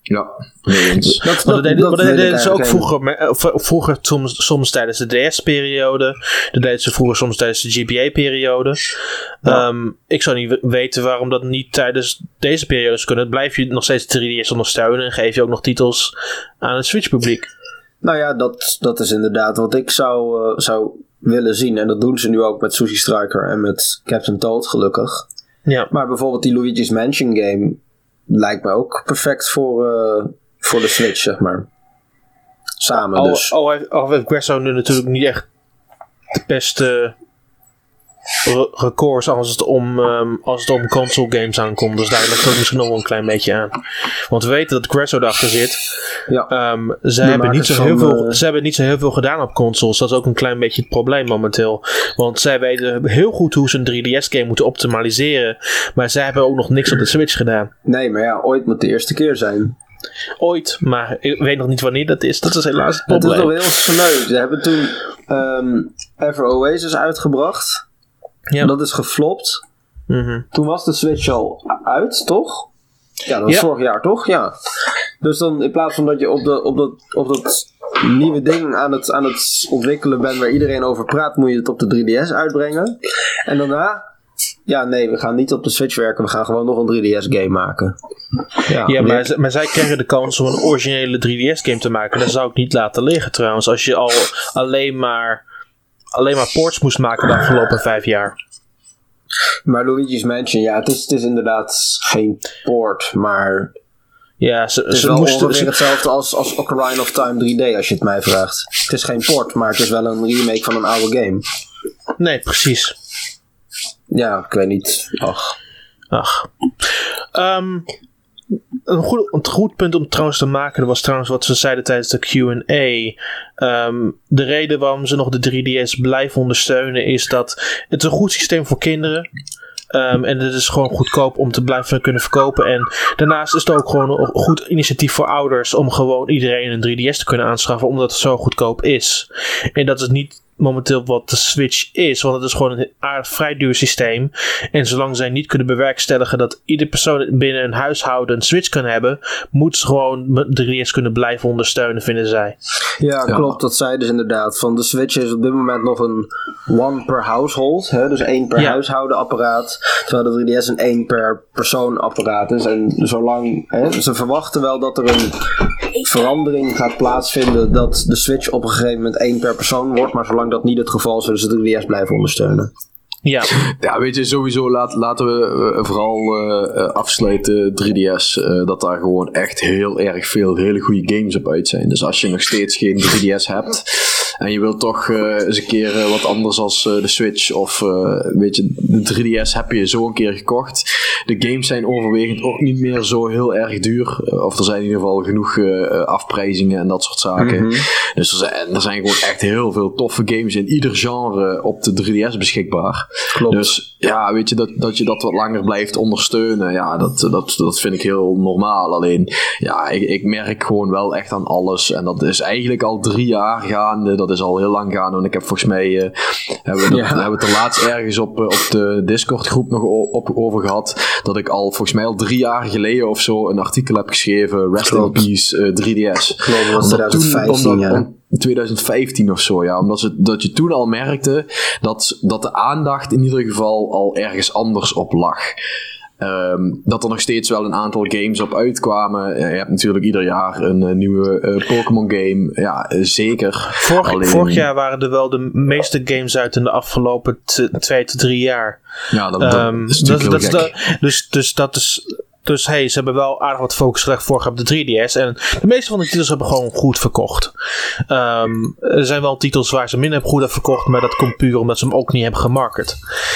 Ja, nee eens.
Dat deden ze ook vroeger soms tijdens de DS-periode. Dat deden ze vroeger soms tijdens de GBA-periode. Ja. Ik zou niet weten waarom dat niet tijdens deze periodes kunnen. Blijf je nog steeds 3DS ondersteunen en geef je ook nog titels aan het Switch-publiek.
Nou ja, dat is inderdaad wat ik zou willen zien. En dat doen ze nu ook met Sushi Striker en met Captain Toad, gelukkig. Ja. Maar bijvoorbeeld die Luigi's Mansion game lijkt me ook perfect voor de Switch, zeg maar. Samen dus.
Al heeft Gresso nu natuurlijk niet echt de beste records als het om console games aankomt. Dus daar ligt het ook misschien nog wel een klein beetje aan. Want we weten dat Gresso erachter zit. Ja. Ze hebben niet zo heel veel gedaan op consoles. Dat is ook een klein beetje het probleem momenteel. Want zij weten heel goed hoe ze een 3DS game moeten optimaliseren. Maar zij hebben ook nog niks op de Switch gedaan.
Nee, maar ja, ooit moet de eerste keer zijn.
Ooit, maar ik weet nog niet wanneer dat is. Dat is helaas het probleem.
Het is nog heel sneu. Ze hebben toen Ever Oasis uitgebracht. Ja. Dat is geflopt. Mm-hmm. Toen was de Switch al uit, toch? Ja, dat was vorig jaar, toch? Ja. Dus dan in plaats van dat je op dat nieuwe ding aan het ontwikkelen bent waar iedereen over praat, moet je het op de 3DS uitbrengen. En daarna, ja nee, we gaan niet op de Switch werken, we gaan gewoon nog een 3DS game maken.
Ja, maar zij krijgen de kans om een originele 3DS game te maken. Dat zou ik niet laten liggen trouwens. Als je al alleen maar ports moest maken de afgelopen 5 jaar.
Maar Luigi's Mansion, ja, het is inderdaad geen port, maar
ja,
het is wel ongeveer hetzelfde als Ocarina of Time 3D, als je het mij vraagt. Het is geen port, maar het is wel een remake van een oude game.
Nee, precies.
Ja, ik weet niet.
Ach. Een goed punt om trouwens te maken, dat was trouwens wat ze zeiden tijdens de Q&A. De reden waarom ze nog de 3DS blijven ondersteunen is dat het een goed systeem voor kinderen. En het is gewoon goedkoop om te blijven kunnen verkopen. En daarnaast is het ook gewoon een goed initiatief voor ouders om gewoon iedereen een 3DS te kunnen aanschaffen, omdat het zo goedkoop is. En dat is niet momenteel wat de Switch is, want het is gewoon een vrij duur systeem. En zolang zij niet kunnen bewerkstelligen dat iedere persoon binnen een huishouden een Switch kan hebben, moeten ze gewoon de 3DS kunnen blijven ondersteunen, vinden zij.
Ja, klopt. Dat zei dus inderdaad. Van de Switch is op dit moment nog een one per household, hè? Dus 1 per huishouden apparaat, terwijl de 3DS een 1 per persoon apparaat is. En zolang, ze verwachten wel dat er een verandering gaat plaatsvinden, dat de Switch op een gegeven moment 1 per persoon wordt, maar zolang dat niet het geval is, zullen ze de 3DS blijven ondersteunen.
Ja,
weet je, sowieso laten we vooral afsluiten 3DS, dat daar gewoon echt heel erg veel hele goede games op uit zijn. Dus als je nog steeds geen 3DS hebt en je wilt toch eens een keer wat anders als de Switch of weet je, de 3DS heb je zo een keer gekocht. De games zijn overwegend ook niet meer zo heel erg duur. Of er zijn in ieder geval genoeg afprijzingen en dat soort zaken. Mm-hmm. Dus er zijn gewoon echt heel veel toffe games in ieder genre op de 3DS beschikbaar.
Klopt.
Dus ja, weet je, dat je dat wat langer blijft ondersteunen, ja, dat vind ik heel normaal. Alleen, ja, ik merk gewoon wel echt aan alles. En dat is eigenlijk al 3 jaar gaande. Dat is al heel lang gaande. Want ik heb volgens mij, hebben we het er laatst ergens op de Discord groep nog over gehad. Dat ik al volgens mij al 3 jaar geleden of zo een artikel heb geschreven. Rest in Peace 3DS.
Klopt, dat was 2015,
2015 of zo, ja. Omdat dat je toen al merkte dat de aandacht in ieder geval al ergens anders op lag. Dat er nog steeds wel een aantal games op uitkwamen. Je hebt natuurlijk ieder jaar een nieuwe Pokémon game. Ja, zeker.
Vorig jaar waren er wel de meeste games uit in de afgelopen 2 tot 3 jaar.
Ja, dat is natuurlijk heel gek.
Dus dat is... Dus ze hebben wel aardig wat focus gelegd vorig jaar op de 3DS. En de meeste van de titels hebben gewoon goed verkocht. Er zijn wel titels waar ze minder goed hebben verkocht. Maar dat komt puur omdat ze hem ook niet hebben gemarket.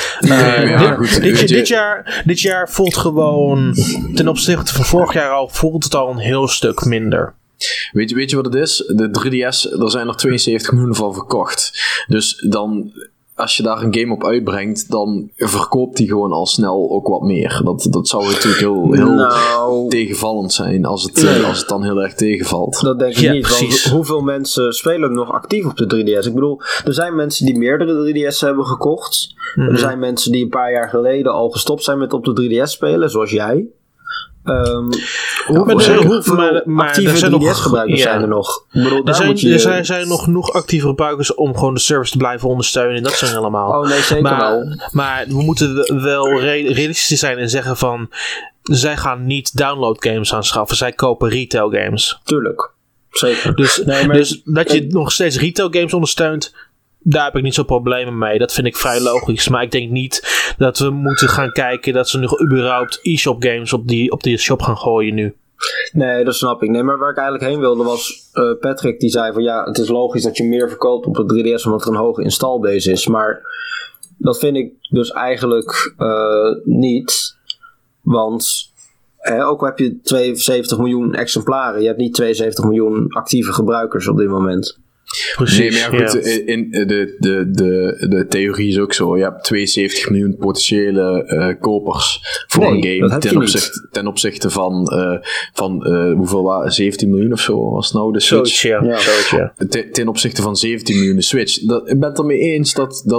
Dit jaar voelt gewoon... Ten opzichte van vorig jaar al voelt het al een heel stuk minder.
Weet je wat het is? De 3DS, er zijn er 72 miljoen van verkocht. Dus dan... Als je daar een game op uitbrengt, dan verkoopt die gewoon al snel ook wat meer. Dat zou natuurlijk heel tegenvallend zijn als het dan heel erg tegenvalt.
Dat denk ik niet, precies. Want hoeveel mensen spelen nog actief op de 3DS? Ik bedoel, er zijn mensen die meerdere 3DS hebben gekocht. Mm-hmm. Er zijn mensen die een paar jaar geleden al gestopt zijn met op de 3DS spelen, zoals jij. Maar actieve 3DS-gebruikers zijn er nog. Ik bedoel,
er zijn nog genoeg actieve gebruikers om gewoon de service te blijven ondersteunen. En dat zijn allemaal.
Oh nee, zeker wel.
Maar we moeten wel realistisch zijn en zeggen van... Zij gaan niet download games aanschaffen. Zij kopen retail games.
Tuurlijk. Zeker.
Dus dat je nog steeds retail games ondersteunt... Daar heb ik niet zo'n problemen mee. Dat vind ik vrij logisch. Maar ik denk niet dat we moeten gaan kijken... dat ze nog überhaupt e-shop games op die shop gaan gooien nu.
Nee, dat snap ik. Nee, maar waar ik eigenlijk heen wilde was... Patrick die zei van ja, het is logisch dat je meer verkoopt op het 3DS... omdat er een hoge installbase is. Maar dat vind ik dus eigenlijk niet. Want ook al heb je 72 miljoen exemplaren... je hebt niet 72 miljoen actieve gebruikers op dit moment...
Precies, nee, maar ja, goed, in de theorie is ook zo. Je hebt 72 miljoen potentiële kopers voor een game ten opzichte van hoeveel 17 miljoen of zo was nou de Switch?
Ja.
Ten opzichte van 17 miljoen de Switch. Ik ben het ermee eens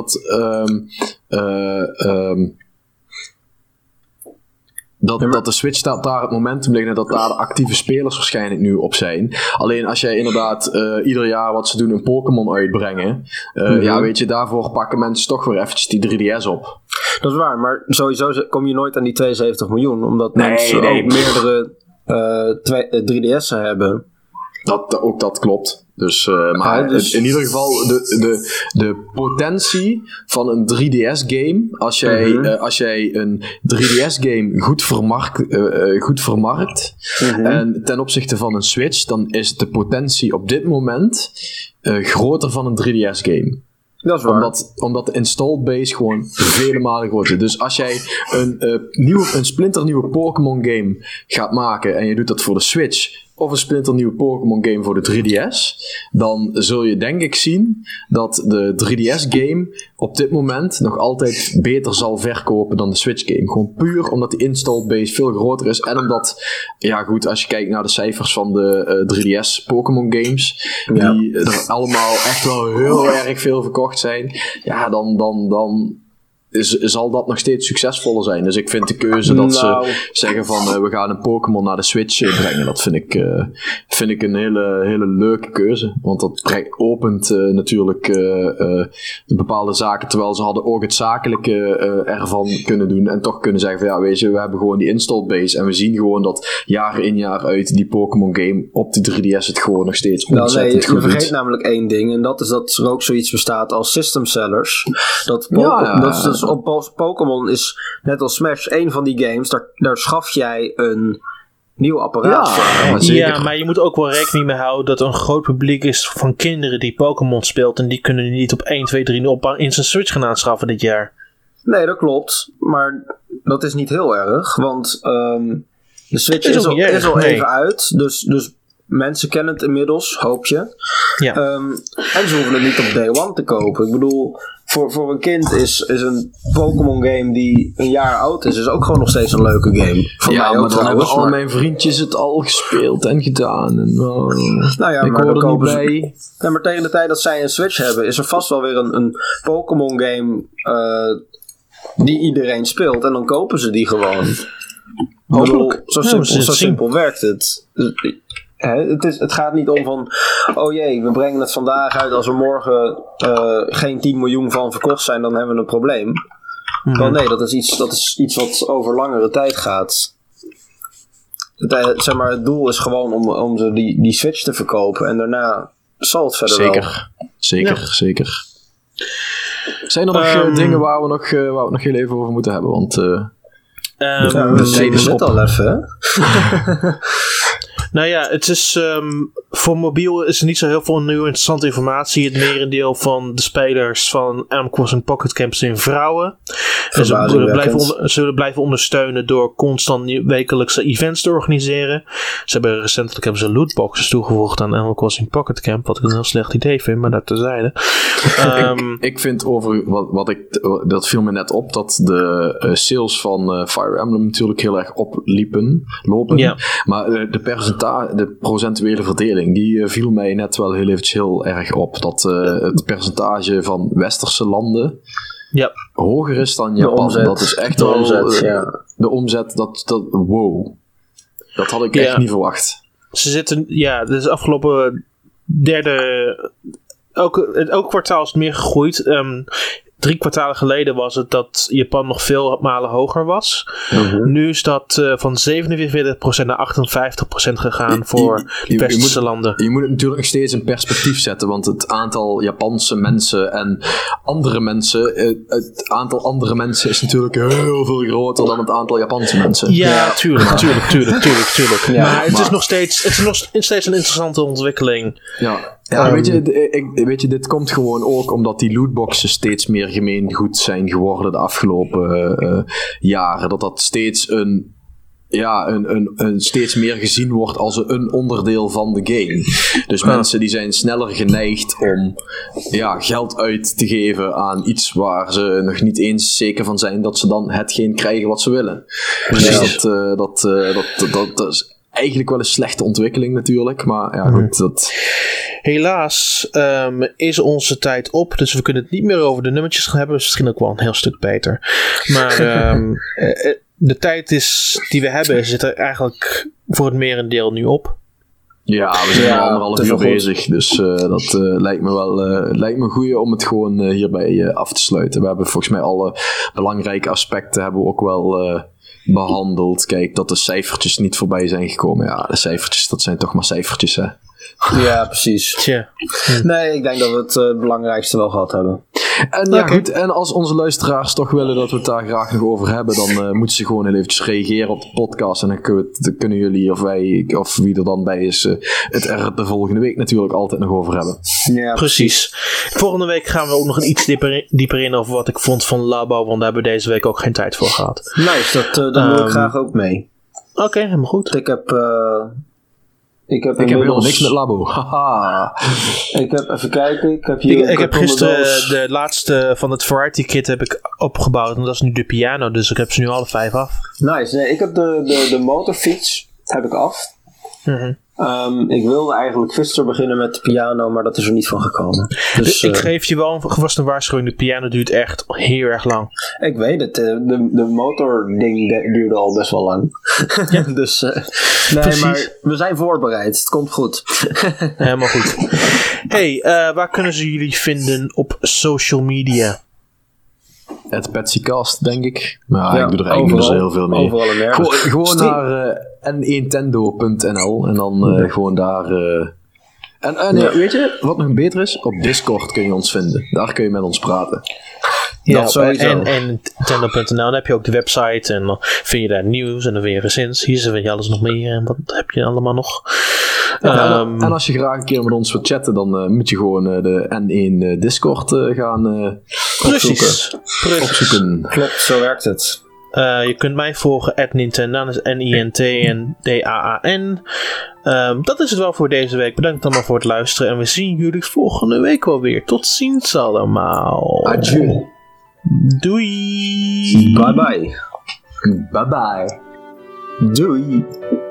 dat de Switch daar het momentum ligt en dat daar de actieve spelers waarschijnlijk nu op zijn. Alleen als jij inderdaad ieder jaar wat ze doen een Pokémon uitbrengen, ja weet je, daarvoor pakken mensen toch weer eventjes die 3DS op.
Dat is waar, maar sowieso kom je nooit aan die 72 miljoen, omdat mensen ook meerdere 3DS'en hebben.
Ook dat klopt. Dus, maar dus... in ieder geval de potentie van een 3DS-game, als jij een 3DS-game goed vermarkt en ten opzichte van een Switch, dan is de potentie op dit moment groter van een 3DS-game.
Dat is waar.
Omdat de installed base gewoon vele malen groter is. Dus als jij een splinternieuwe Pokémon game gaat maken en je doet dat voor de Switch of een splinternieuwe Pokémon game voor de 3DS, dan zul je denk ik zien dat de 3DS game op dit moment nog altijd beter zal verkopen dan de Switch game. Gewoon puur omdat die installed base veel groter is en omdat, ja goed, als je kijkt naar de cijfers van de 3DS Pokémon games, die er allemaal echt wel heel erg veel verkocht zijn, ja dan zal dat nog steeds succesvoller zijn. Dus ik vind de keuze dat ze zeggen van we gaan een Pokémon naar de Switch brengen, dat vind ik een hele leuke keuze. Want dat opent natuurlijk bepaalde zaken, terwijl ze hadden ook het zakelijke ervan kunnen doen en toch kunnen zeggen van ja, weet je, we hebben gewoon die installed base en we zien gewoon dat jaar in jaar uit die Pokémon game op de 3DS het gewoon nog steeds ontzettend goed doet.
Je vergeet namelijk één ding en dat is dat er ook zoiets bestaat als system sellers. Dat is dus op Pokémon is net als Smash een van die games, daar schaf jij een nieuw apparaat voor.
Ja, maar je moet ook wel rekening mee houden dat er een groot publiek is van kinderen die Pokémon speelt en die kunnen niet op 1, 2, 3 op in zijn Switch gaan aanschaffen dit jaar.
Nee, dat klopt, maar dat is niet heel erg, want de Switch is al even uit, dus mensen kennen het inmiddels, hoop je.
Ja.
En ze hoeven het niet op day one te kopen. Ik bedoel, voor een kind is een Pokémon game die een jaar oud is ook gewoon nog steeds een leuke game. Voor mij ook,
maar dan hebben al mijn vriendjes het al gespeeld en gedaan. En,
ik hoor er niet bij. Ja, maar tegen de tijd dat zij een Switch hebben, is er vast wel weer een Pokémon game die iedereen speelt. En dan kopen ze die gewoon. Zo simpel werkt het. Het gaat niet om van, oh jee, we brengen het vandaag uit, als er morgen geen 10 miljoen van verkocht zijn, dan hebben we een probleem. Wel nee, dat is iets wat over langere tijd gaat. Het doel is gewoon om ze die Switch te verkopen en daarna zal het verder
Zeker. Zijn er nog dingen waar we nog heel even over moeten hebben? Want
we zien het al even, hè?
Nou ja, het is voor mobiel is er niet zo heel veel nieuwe interessante informatie. Het merendeel van de spelers van Animal Crossing Pocket Camp zijn vrouwen. En ze zullen blijven ondersteunen door constant wekelijkse events te organiseren. Recentelijk ze lootboxes toegevoegd aan Animal Crossing Pocket Camp, wat ik een heel slecht idee vind, maar dat terzijde.
Ik vind dat viel me net op, dat de sales van Fire Emblem natuurlijk heel erg lopen. Ja. Maar de procentuele verdeling, die viel mij net wel heel erg op. Dat het percentage van westerse landen hoger is dan Japan. Dat is echt
de omzet,
de omzet, wow. Dat had ik echt niet verwacht.
Ze zitten, dus afgelopen elk kwartaal is het meer gegroeid. 3 kwartalen geleden was het dat Japan nog veel malen hoger was. Nu is dat van 47% naar 58% gegaan voor westerse landen.
Je moet het natuurlijk nog steeds in perspectief zetten, want het aantal Japanse mensen en andere mensen, het aantal andere mensen is natuurlijk heel veel groter dan het aantal Japanse mensen.
Ja, tuurlijk. Ja, maar het is nog steeds een interessante ontwikkeling.
Ja, weet je, dit komt gewoon ook omdat die lootboxen steeds meer gemeengoed zijn geworden de afgelopen jaren. Dat steeds een steeds meer gezien wordt als een onderdeel van de game. Dus mensen die zijn sneller geneigd om geld uit te geven aan iets waar ze nog niet eens zeker van zijn dat ze dan hetgeen krijgen wat ze willen. Dus dat is eigenlijk wel een slechte ontwikkeling natuurlijk, maar goed,
Helaas is onze tijd op, dus we kunnen het niet meer over de nummertjes gaan hebben. Dus misschien ook wel een heel stuk beter. Maar de tijd die we hebben zit er eigenlijk voor het merendeel nu op.
Ja, we zijn al 1,5 uur bezig, dus dat lijkt me goed om het gewoon hierbij af te sluiten. We hebben volgens mij alle belangrijke aspecten hebben we ook wel behandeld. Kijk, dat de cijfertjes niet voorbij zijn gekomen. Ja, de cijfertjes, dat zijn toch maar cijfertjes, hè.
Ja, precies. Nee, ik denk dat we het belangrijkste wel gehad hebben.
En goed, en als onze luisteraars toch willen dat we het daar graag nog over hebben, dan moeten ze gewoon heel eventjes reageren op de podcast en dan kunnen jullie of wij, of wie er dan bij is, het er de volgende week natuurlijk altijd nog over hebben.
Ja, precies. Volgende week gaan we ook nog iets dieper in over wat ik vond van Labo, want daar hebben we deze week ook geen tijd voor gehad.
Nice, dat wil ik graag ook mee.
Oké, helemaal goed.
Ik heb
helemaal niks met Labo. Haha.
Ik heb even kijken.
Ik heb gisteren de laatste van het Variety Kit heb ik opgebouwd. En dat is nu de piano. Dus ik heb ze nu alle 5 af.
Nice. Nee, ik heb de motorfiets heb ik af. Ik wilde eigenlijk gisteren beginnen met de piano, maar dat is er niet van gekomen. Dus,
ik geef je wel vast een waarschuwing. De piano duurt echt heel erg lang.
Ik weet het. De motording duurde al best wel lang. Ja. Dus nee, maar we zijn voorbereid. Het komt goed.
Helemaal goed. Hey, waar kunnen ze jullie vinden op social media?
Het Petsycast, denk ik. Maar ik doe er eigenlijk niet zo heel veel mee. Gewoon naar n1tendo.nl en dan gewoon daar... weet je, wat nog beter is? Op Discord kun je ons vinden. Daar kun je met ons praten.
Ja, en Nintendo.nl, dan heb je ook de website en dan vind je daar nieuws en dan weer recensies en vind je alles nog meer en wat heb je allemaal nog.
En als je graag een keer met ons wilt chatten, dan moet je gewoon de N1 Discord gaan opzoeken.
Klopt, zo werkt het.
Je kunt mij volgen @Nintendaan, dat is NINTNDAAN. Dat is het wel voor deze week. Bedankt allemaal voor het luisteren en we zien jullie volgende week alweer. Tot ziens allemaal.
Adieu.
Doei.
Bye bye.
Bye bye.
Doei.